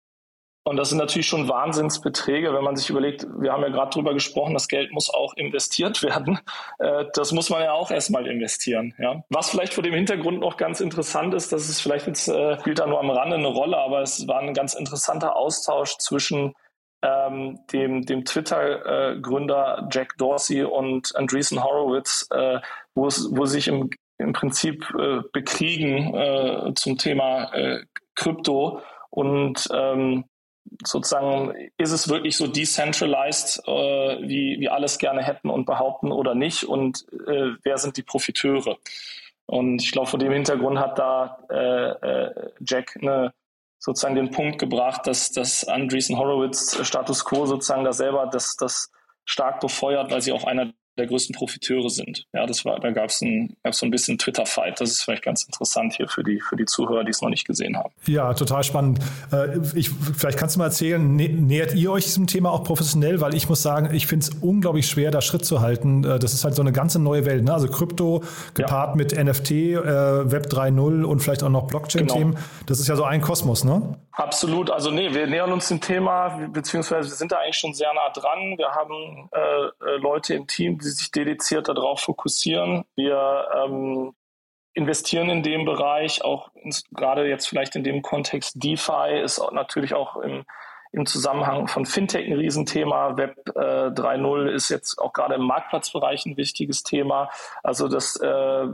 und das sind natürlich schon Wahnsinnsbeträge, wenn man sich überlegt, wir haben ja gerade drüber gesprochen, das Geld muss auch investiert werden. Äh, das muss man ja auch erstmal investieren. Ja? Was vielleicht vor dem Hintergrund noch ganz interessant ist, das ist vielleicht jetzt, äh, spielt da nur am Rande eine Rolle, aber es war ein ganz interessanter Austausch zwischen ähm, dem, dem Twitter-Gründer Jack Dorsey und Andreessen Horowitz, äh, wo es, wo sich im, im Prinzip äh, bekriegen äh, zum Thema äh, Krypto und ähm, sozusagen, ist es wirklich so decentralized, äh, wie wir alles gerne hätten und behaupten oder nicht, und äh, wer sind die Profiteure? Und ich glaube, vor dem Hintergrund hat da äh, äh, Jack eine, sozusagen den Punkt gebracht, dass, dass Andreessen Horowitz Status Quo sozusagen da selber das, das stark befeuert, weil sie auch einer der größten Profiteure sind. Ja, das war, da gab es ein, gab's so ein bisschen Twitter-Fight. Das ist vielleicht ganz interessant hier für die, für die Zuhörer, die es noch nicht gesehen haben. Ja, total spannend. Ich, vielleicht kannst du mal erzählen, nä- nähert ihr euch diesem Thema auch professionell? Weil ich muss sagen, ich finde es unglaublich schwer, da Schritt zu halten. Das ist halt so eine ganze neue Welt, ne? Also Krypto gepaart ja. mit N F T, äh, Web drei Punkt null und vielleicht auch noch Blockchain-Themen. Genau. Das ist ja so ein Kosmos, ne? Absolut. Also nee, wir nähern uns dem Thema, beziehungsweise wir sind da eigentlich schon sehr nah dran. Wir haben äh, Leute im Team, die sich dediziert darauf fokussieren. Wir ähm, investieren in dem Bereich, auch ins, gerade jetzt vielleicht in dem Kontext DeFi ist auch natürlich auch im, im Zusammenhang von Fintech ein Riesenthema. Web äh, drei Punkt null ist jetzt auch gerade im Marktplatzbereich ein wichtiges Thema. Also das äh,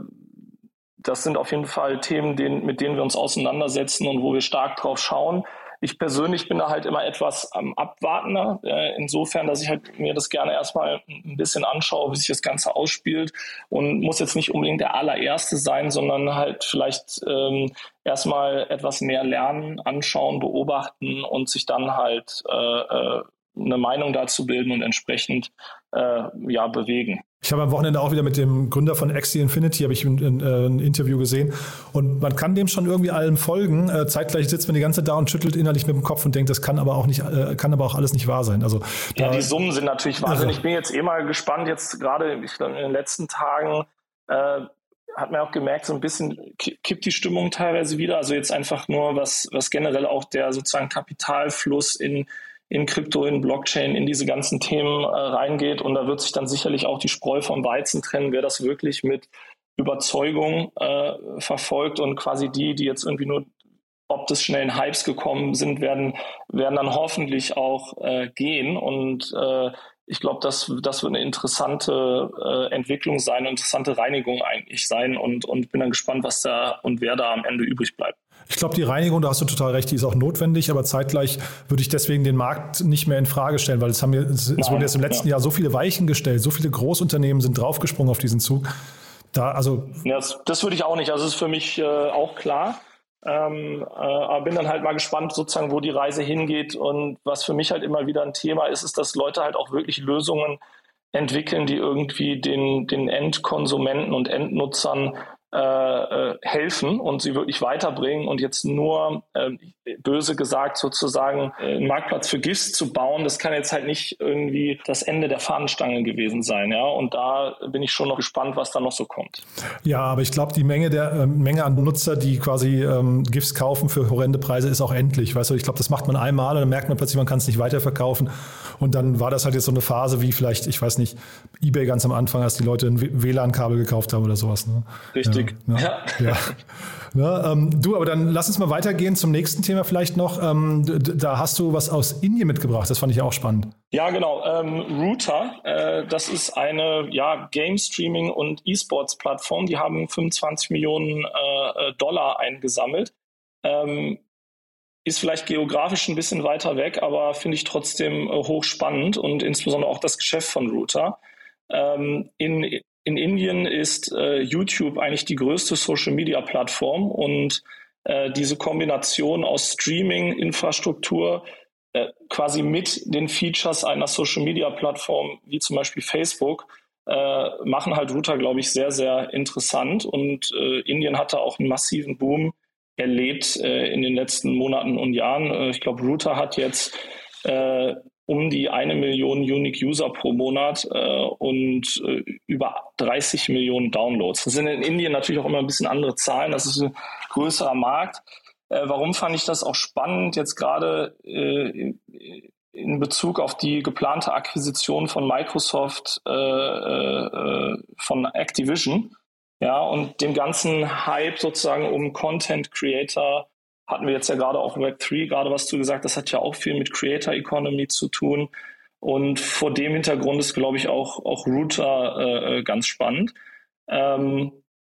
Das sind auf jeden Fall Themen, denen, mit denen wir uns auseinandersetzen und wo wir stark drauf schauen. Ich persönlich bin da halt immer etwas ähm, abwartender, äh, insofern, dass ich halt mir das gerne erstmal ein bisschen anschaue, wie sich das Ganze ausspielt, und muss jetzt nicht unbedingt der allererste sein, sondern halt vielleicht ähm, erstmal etwas mehr lernen, anschauen, beobachten und sich dann halt äh, äh, eine Meinung dazu bilden und entsprechend äh, ja, bewegen. Ich habe am Wochenende auch wieder mit dem Gründer von Axie Infinity habe ich ein, ein, ein Interview gesehen, und man kann dem schon irgendwie allem folgen. Äh, zeitgleich sitzt man die ganze Zeit da und schüttelt innerlich mit dem Kopf und denkt, das kann aber auch nicht, äh, kann aber auch alles nicht wahr sein. Also ja, da, die Summen sind natürlich Wahnsinn. Also, ich bin jetzt eh mal gespannt. Jetzt gerade ich glaub, in den letzten Tagen äh, hat man auch gemerkt, so ein bisschen kippt die Stimmung teilweise wieder. Also jetzt einfach nur was was generell auch der sozusagen Kapitalfluss in in Krypto, in Blockchain, in diese ganzen Themen äh, reingeht. Und da wird sich dann sicherlich auch die Spreu vom Weizen trennen, wer das wirklich mit Überzeugung äh, verfolgt, und quasi die, die jetzt irgendwie nur ob des schnellen Hypes gekommen sind, werden, werden dann hoffentlich auch äh, gehen. Und äh, ich glaube, das, das wird eine interessante äh, Entwicklung sein, eine interessante Reinigung eigentlich sein, und, und bin dann gespannt, was da und wer da am Ende übrig bleibt. Ich glaube, die Reinigung, da hast du total recht, die ist auch notwendig, aber zeitgleich würde ich deswegen den Markt nicht mehr in Frage stellen, weil es haben wir, es, es wurden jetzt im letzten ja. Jahr so viele Weichen gestellt, so viele Großunternehmen sind draufgesprungen auf diesen Zug. Da, also ja, das, das würde ich auch nicht. Also das ist für mich äh, auch klar. Ähm, äh, aber bin dann halt mal gespannt, sozusagen, wo die Reise hingeht. Und was für mich halt immer wieder ein Thema ist, ist, dass Leute halt auch wirklich Lösungen entwickeln, die irgendwie den, den Endkonsumenten und Endnutzern äh, helfen und sie wirklich weiterbringen und jetzt nur, äh, böse gesagt, sozusagen äh, einen Marktplatz für GIFs zu bauen, das kann jetzt halt nicht irgendwie das Ende der Fahnenstange gewesen sein. Ja? Und da bin ich schon noch gespannt, was da noch so kommt. Ja, aber ich glaube, die Menge der äh, Menge an Nutzer, die quasi ähm, GIFs kaufen für horrende Preise, ist auch endlich. Weißt du, ich glaube, das macht man einmal und dann merkt man plötzlich, man kann es nicht weiterverkaufen. Und dann war das halt jetzt so eine Phase wie vielleicht, ich weiß nicht, eBay ganz am Anfang, als die Leute ein W L A N-Kabel gekauft haben oder sowas. Ne? Richtig. Ja. ja. ja. ja ähm, du, aber dann lass uns mal weitergehen zum nächsten Thema vielleicht noch. Ähm, da hast du was aus Indien mitgebracht. Das fand ich auch spannend. Ja, genau. Ähm, Router, äh, das ist eine ja, Game-Streaming- und E-Sports-Plattform. Die haben fünfundzwanzig Millionen äh, Dollar eingesammelt. Ähm, ist vielleicht geografisch ein bisschen weiter weg, aber finde ich trotzdem äh, hochspannend und insbesondere auch das Geschäft von Router. Ähm, in, in Indien ist äh, YouTube eigentlich die größte Social-Media-Plattform und äh, diese Kombination aus Streaming-Infrastruktur äh, quasi mit den Features einer Social-Media-Plattform wie zum Beispiel Facebook äh, machen halt Router, glaube ich, sehr, sehr interessant und äh, Indien hatte auch einen massiven Boom erlebt äh, in den letzten Monaten und Jahren. Äh, ich glaube, Router hat jetzt äh, um die eine Million Unique User pro Monat äh, und äh, über dreißig Millionen Downloads. Das sind in Indien natürlich auch immer ein bisschen andere Zahlen. Das ist ein größerer Markt. Äh, warum fand ich das auch spannend, jetzt gerade äh, in Bezug auf die geplante Akquisition von Microsoft äh, äh, von Activision? Ja, und dem ganzen Hype sozusagen um Content Creator hatten wir jetzt ja gerade auch Web drei, gerade was du gesagt hast, das hat ja auch viel mit Creator Economy zu tun. Und vor dem Hintergrund ist, glaube ich, auch, auch Router äh, ganz spannend. Ähm,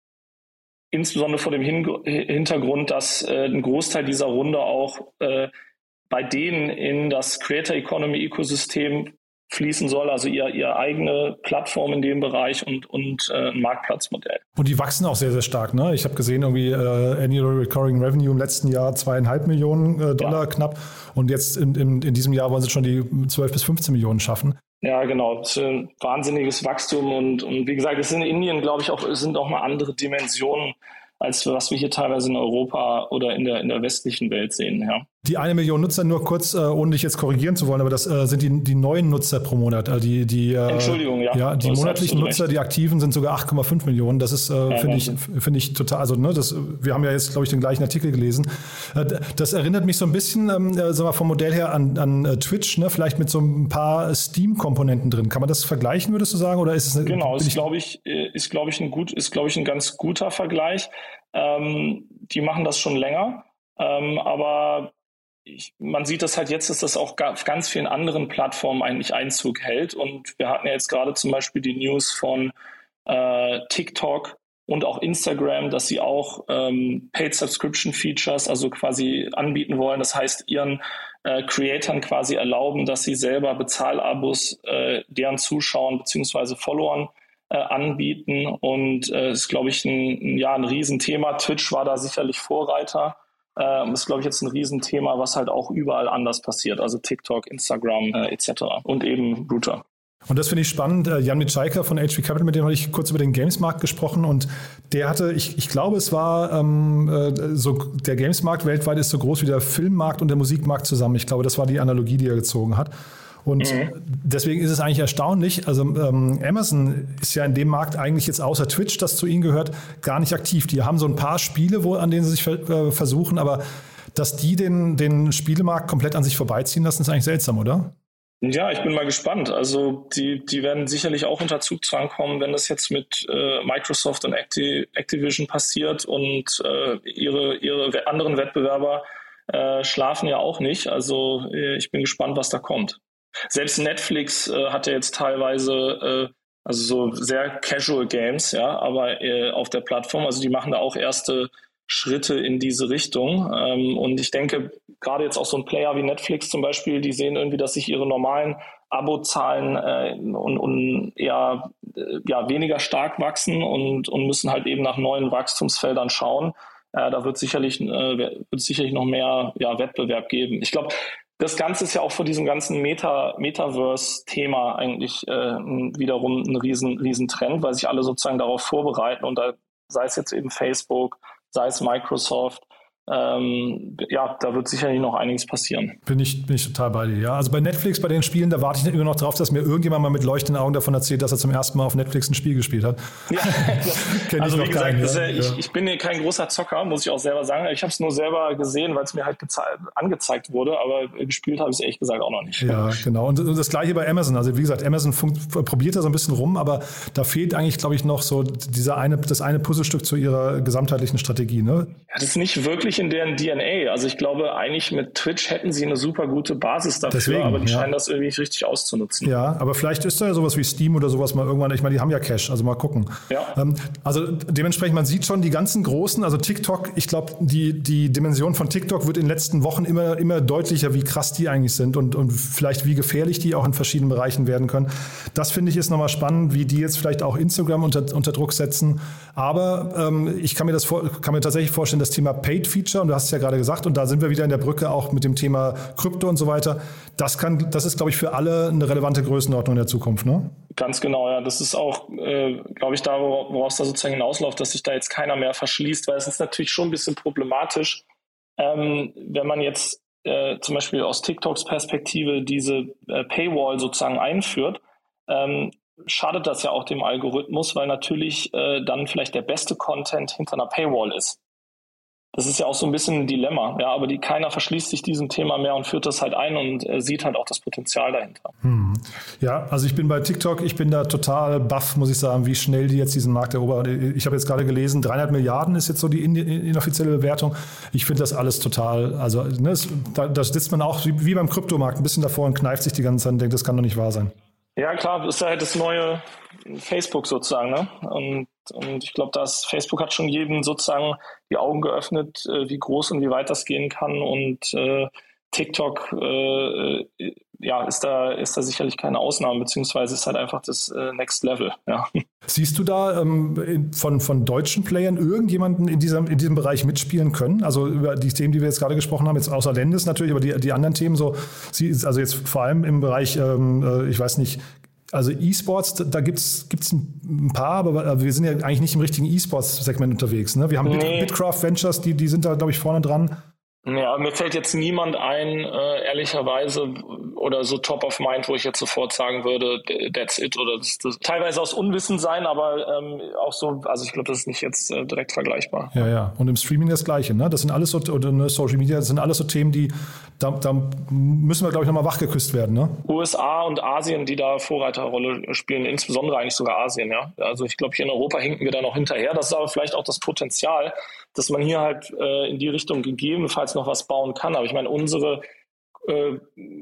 insbesondere vor dem Hin- Hintergrund, dass äh, ein Großteil dieser Runde auch äh, bei denen in das Creator Economy Ökosystem fließen soll, also ihr, ihr eigene Plattform in dem Bereich und, und äh, ein Marktplatzmodell. Und die wachsen auch sehr, sehr stark. Ne? Ich habe gesehen, irgendwie äh, Annual Recurring Revenue im letzten Jahr zweieinhalb Millionen äh, Dollar ja. knapp und jetzt in, in, in diesem Jahr wollen sie schon die zwölf bis fünfzehn Millionen schaffen. Ja, genau. Das ist ein wahnsinniges Wachstum und, und wie gesagt, es sind in Indien, glaube ich, auch, es sind auch mal andere Dimensionen, als was wir hier teilweise in Europa oder in der, in der westlichen Welt sehen. Ja. Die eine Million Nutzer, nur kurz, äh, ohne dich jetzt korrigieren zu wollen, aber das äh, sind die, die neuen Nutzer pro Monat. Also die, die, äh, Entschuldigung, ja. ja die monatlichen Nutzer, recht. Die aktiven, sind sogar acht Komma fünf Millionen. Das ist, äh, ja, finde ich, finde ich total, also ne, das, wir haben ja jetzt, glaube ich, den gleichen Artikel gelesen. Äh, das erinnert mich so ein bisschen, ähm, sagen wir vom Modell her an, an uh, Twitch, ne, vielleicht mit so ein paar Steam-Komponenten drin. Kann man das vergleichen, würdest du sagen? Oder ist es eine, genau, ist, glaube ich, ist, glaube ich, ein gut, ist, glaube ich, ein ganz guter Vergleich. Ähm, die machen das schon länger, ähm, aber ich, man sieht das halt jetzt, dass das auch auf ganz vielen anderen Plattformen eigentlich Einzug hält und wir hatten ja jetzt gerade zum Beispiel die News von äh, TikTok und auch Instagram, dass sie auch ähm, Paid Subscription Features, also quasi anbieten wollen, das heißt ihren äh, Creatoren quasi erlauben, dass sie selber Bezahlabos äh, deren Zuschauern bzw. Followern anbieten und äh, ist, glaube ich, ein, ja, ein Riesenthema. Twitch war da sicherlich Vorreiter. Ähm, ist, glaube ich, jetzt ein Riesenthema, was halt auch überall anders passiert. Also TikTok, Instagram äh, et cetera. Und eben Router. Und das finde ich spannend. Jan Mitschaiker von H P Capital, mit dem habe ich kurz über den Gamesmarkt gesprochen und der hatte, ich, ich glaube, es war ähm, so, der Gamesmarkt weltweit ist so groß wie der Filmmarkt und der Musikmarkt zusammen. Ich glaube, das war die Analogie, die er gezogen hat. Und mhm. deswegen ist es eigentlich erstaunlich, also ähm, Amazon ist ja in dem Markt eigentlich jetzt außer Twitch, das zu ihnen gehört, gar nicht aktiv. Die haben so ein paar Spiele, wo, an denen sie sich ver- äh, versuchen, aber dass die den, den Spielemarkt komplett an sich vorbeiziehen lassen, ist eigentlich seltsam, oder? Ja, ich bin mal gespannt. Also die, die werden sicherlich auch unter Zugzwang kommen, wenn das jetzt mit äh, Microsoft und Acti- Activision passiert und äh, ihre, ihre anderen Wettbewerber äh, schlafen ja auch nicht. Also äh, ich bin gespannt, was da kommt. Selbst Netflix äh, hat ja jetzt teilweise äh, also so sehr Casual Games, ja, aber äh, auf der Plattform, also die machen da auch erste Schritte in diese Richtung. Ähm, und ich denke, gerade jetzt auch so ein Player wie Netflix zum Beispiel, die sehen irgendwie, dass sich ihre normalen Abozahlen äh, und, und eher äh, ja, weniger stark wachsen und, und müssen halt eben nach neuen Wachstumsfeldern schauen. Äh, da wird sicherlich, äh, wird sicherlich noch mehr ja, Wettbewerb geben. Ich glaube, das Ganze ist ja auch vor diesem ganzen Meta, Metaverse-Thema eigentlich äh, wiederum ein riesen, riesen Trend, weil sich alle sozusagen darauf vorbereiten und da sei es jetzt eben Facebook, sei es Microsoft. Ähm, ja, da wird sicherlich noch einiges passieren. Bin ich, bin ich total bei dir, ja. Also bei Netflix, bei den Spielen, da warte ich immer noch drauf, dass mir irgendjemand mal mit leuchtenden Augen davon erzählt, dass er zum ersten Mal auf Netflix ein Spiel gespielt hat. Ja, also wie gesagt, keinen, ja. ich, ich bin hier kein großer Zocker, muss ich auch selber sagen. Ich habe es nur selber gesehen, weil es mir halt angezeigt wurde, aber gespielt habe ich es ehrlich gesagt auch noch nicht. Ja, genau. Und das Gleiche bei Amazon. Also wie gesagt, Amazon funkt, probiert da so ein bisschen rum, aber da fehlt eigentlich, glaube ich, noch so dieser eine, das eine Puzzlestück zu ihrer gesamtheitlichen Strategie, ne? Ja, das ist nicht wirklich in deren D N A. Also ich glaube, eigentlich mit Twitch hätten sie eine super gute Basis dafür, Deswegen, aber die ja. scheinen das irgendwie nicht richtig auszunutzen. Ja, aber vielleicht ist da ja sowas wie Steam oder sowas mal irgendwann, ich meine, die haben ja Cash, also mal gucken. Ja. Ähm, also dementsprechend, man sieht schon die ganzen großen, also TikTok, ich glaube, die, die Dimension von TikTok wird in den letzten Wochen immer, immer deutlicher, wie krass die eigentlich sind und, und vielleicht wie gefährlich die auch in verschiedenen Bereichen werden können. Das finde ich ist nochmal spannend, wie die jetzt vielleicht auch Instagram unter, unter Druck setzen. Aber ähm, ich kann mir das vor, kann mir tatsächlich vorstellen, das Thema Paid Feature, und du hast es ja gerade gesagt, und da sind wir wieder in der Brücke auch mit dem Thema Krypto und so weiter. Das kann, das ist, glaube ich, für alle eine relevante Größenordnung in der Zukunft, ne? Ganz genau, ja. Das ist auch, äh, glaube ich, da, worauf es da sozusagen hinausläuft, dass sich da jetzt keiner mehr verschließt, weil es ist natürlich schon ein bisschen problematisch, ähm, wenn man jetzt äh, zum Beispiel aus TikToks Perspektive diese äh, Paywall sozusagen einführt, ähm, schadet das ja auch dem Algorithmus, weil natürlich äh, dann vielleicht der beste Content hinter einer Paywall ist. Das ist ja auch so ein bisschen ein Dilemma, ja, aber die, keiner verschließt sich diesem Thema mehr und führt das halt ein und äh, sieht halt auch das Potenzial dahinter. Hm. Ja, also ich bin bei TikTok, ich bin da total baff, muss ich sagen, wie schnell die jetzt diesen Markt erobern. Ich habe jetzt gerade gelesen, dreieinhalb Milliarden ist jetzt so die inoffizielle Bewertung. Ich finde das alles total, also ne, es, da, da sitzt man auch wie, wie beim Kryptomarkt ein bisschen davor und kneift sich die ganze Zeit und denkt, das kann doch nicht wahr sein. Ja, klar, das ist halt das neue Facebook sozusagen, ne? Und, und ich glaube, dass Facebook hat schon jedem sozusagen die Augen geöffnet, äh, wie groß und wie weit das gehen kann. Und äh, TikTok äh, ja, ist da, ist da sicherlich keine Ausnahme, beziehungsweise ist halt einfach das äh, Next Level. Ja. Siehst du da ähm, von, von deutschen Playern irgendjemanden in diesem, in diesem Bereich mitspielen können? Also über die Themen, die wir jetzt gerade gesprochen haben, jetzt außer Lendes natürlich, aber die, die anderen Themen so, also jetzt vor allem im Bereich, ähm, ich weiß nicht, also E-Sports, da gibt's gibt's ein paar, aber wir sind ja eigentlich nicht im richtigen E-Sports-Segment unterwegs. Ne? Wir haben nee. Bitcraft Ventures, die, die sind da, glaube ich, vorne dran. Ja, mir fällt jetzt niemand ein, äh, ehrlicherweise, oder so top of mind, wo ich jetzt sofort sagen würde, that's it, oder das, das teilweise aus Unwissen sein, aber ähm, auch so, also ich glaube, das ist nicht jetzt äh, direkt vergleichbar. Ja, ja, und im Streaming das Gleiche, ne? Das sind alles so, oder ne, Social Media, das sind alles so Themen, die, da, da müssen wir, glaube ich, nochmal wachgeküsst werden, ne? U S A und Asien, die da Vorreiterrolle spielen, insbesondere eigentlich sogar Asien, ja. Also ich glaube, hier in Europa hinken wir da noch hinterher. Das ist aber vielleicht auch das Potenzial, dass man hier halt äh, in die Richtung gegebenenfalls noch was bauen kann. Aber ich meine, unsere äh,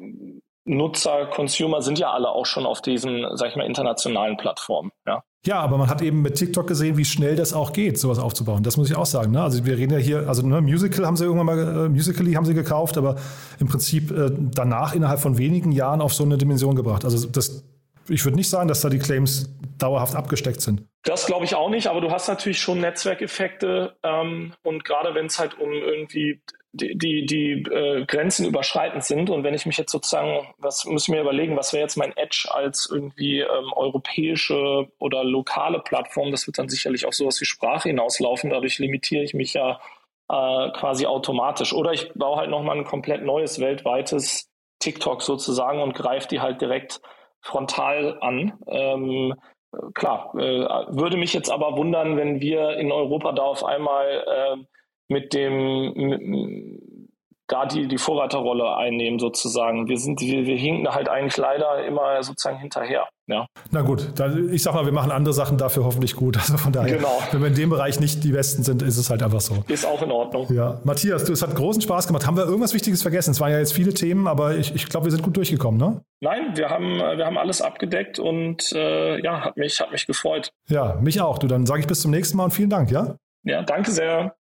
Nutzer, Consumer sind ja alle auch schon auf diesen, sag ich mal, internationalen Plattformen. Ja. Ja, aber man hat eben mit TikTok gesehen, wie schnell das auch geht, sowas aufzubauen. Das muss ich auch sagen. Ne? Also wir reden ja hier, also ne, Musical haben sie irgendwann mal, äh, Musical.ly haben sie gekauft, aber im Prinzip äh, danach innerhalb von wenigen Jahren auf so eine Dimension gebracht. Also das, ich würde nicht sagen, dass da die Claims dauerhaft abgesteckt sind. Das glaube ich auch nicht, aber du hast natürlich schon Netzwerkeffekte ähm, und gerade wenn es halt um irgendwie die, die, die äh, Grenzen überschreitend sind und wenn ich mich jetzt sozusagen, was muss ich mir überlegen, was wäre jetzt mein Edge als irgendwie ähm, europäische oder lokale Plattform, das wird dann sicherlich auf sowas wie Sprache hinauslaufen, dadurch limitiere ich mich ja äh, quasi automatisch. Oder ich baue halt nochmal ein komplett neues, weltweites TikTok sozusagen und greife die halt direkt frontal an. Ähm, klar, äh, würde mich jetzt aber wundern, wenn wir in Europa da auf einmal äh, mit dem mit, da die, die Vorreiterrolle einnehmen sozusagen. Wir sind, wir, wir hinken halt eigentlich leider immer sozusagen hinterher. Ja. Na gut, dann, ich sag mal, wir machen andere Sachen dafür hoffentlich gut. Also von daher, genau. Wenn wir in dem Bereich nicht die Besten sind, ist es halt einfach so. Ist auch in Ordnung. Ja, Matthias, du, es hat großen Spaß gemacht. Haben wir irgendwas Wichtiges vergessen? Es waren ja jetzt viele Themen, aber ich, ich glaube, wir sind gut durchgekommen, ne? Nein, wir haben, wir haben alles abgedeckt und äh, ja, hat mich, hat mich gefreut. Ja, mich auch. Du, dann sage ich bis zum nächsten Mal und vielen Dank, ja? Ja, danke sehr.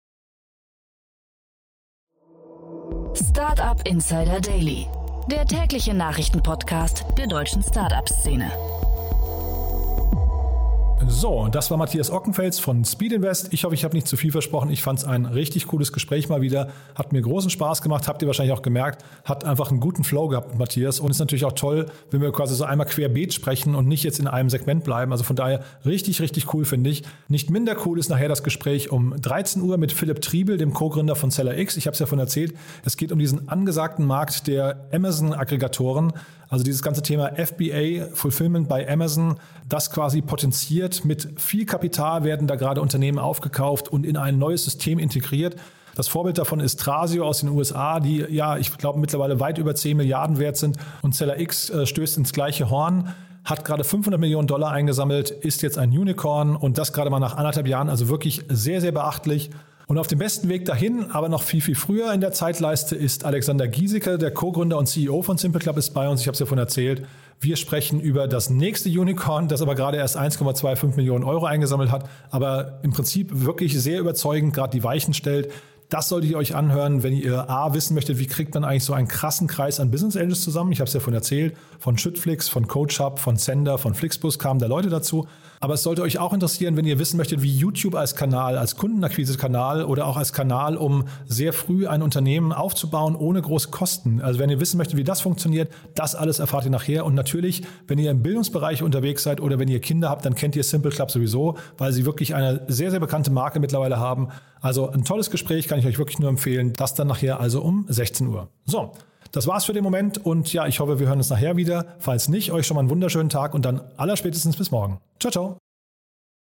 Startup Insider Daily, der tägliche Nachrichtenpodcast der deutschen Startup-Szene. So, das war Matthias Ockenfels von Speed Invest. Ich hoffe, ich habe nicht zu viel versprochen. Ich fand es ein richtig cooles Gespräch mal wieder. Hat mir großen Spaß gemacht, habt ihr wahrscheinlich auch gemerkt. Hat einfach einen guten Flow gehabt mit Matthias. Und ist natürlich auch toll, wenn wir quasi so einmal querbeet sprechen und nicht jetzt in einem Segment bleiben. Also von daher richtig, richtig cool, finde ich. Nicht minder cool ist nachher das Gespräch um dreizehn Uhr mit Philipp Triebel, dem Co-Gründer von SellerX. Ich habe es ja von erzählt. Es geht um diesen angesagten Markt der Amazon-Aggregatoren. Also dieses ganze Thema F B A, Fulfillment bei Amazon, das quasi potenziert. Mit viel Kapital werden da gerade Unternehmen aufgekauft und in ein neues System integriert. Das Vorbild davon ist Thrasio aus den U S A, die, ja, ich glaube, mittlerweile weit über zehn Milliarden wert sind. Und SellerX äh, stößt ins gleiche Horn, hat gerade fünfhundert Millionen Dollar eingesammelt, ist jetzt ein Unicorn und das gerade mal nach anderthalb Jahren. Also wirklich sehr, sehr beachtlich. Und auf dem besten Weg dahin, aber noch viel, viel früher in der Zeitleiste, ist Alexander Giesecke, der Co-Gründer und C E O von Simple Club, ist bei uns. Ich habe es ja von erzählt. Wir sprechen über das nächste Unicorn, das aber gerade erst eins Komma fünfundzwanzig Millionen Euro eingesammelt hat, aber im Prinzip wirklich sehr überzeugend gerade die Weichen stellt. Das solltet ihr euch anhören, wenn ihr A, wissen möchtet, wie kriegt man eigentlich so einen krassen Kreis an Business Angels zusammen. Ich habe es ja von erzählt, von Schüttflix, von CoachHub, von Sender, von Flixbus kamen da Leute dazu. Aber es sollte euch auch interessieren, wenn ihr wissen möchtet, wie YouTube als Kanal, als Kundenakquise-Kanal oder auch als Kanal, um sehr früh ein Unternehmen aufzubauen, ohne große Kosten. Also wenn ihr wissen möchtet, wie das funktioniert, das alles erfahrt ihr nachher. Und natürlich, wenn ihr im Bildungsbereich unterwegs seid oder wenn ihr Kinder habt, dann kennt ihr Simple Club sowieso, weil sie wirklich eine sehr, sehr bekannte Marke mittlerweile haben. Also ein tolles Gespräch, kann ich euch wirklich nur empfehlen. Das dann nachher also um sechzehn Uhr. So, das war's für den Moment und ja, ich hoffe, wir hören uns nachher wieder. Falls nicht, euch schon mal einen wunderschönen Tag und dann allerspätestens bis morgen. Ciao, ciao.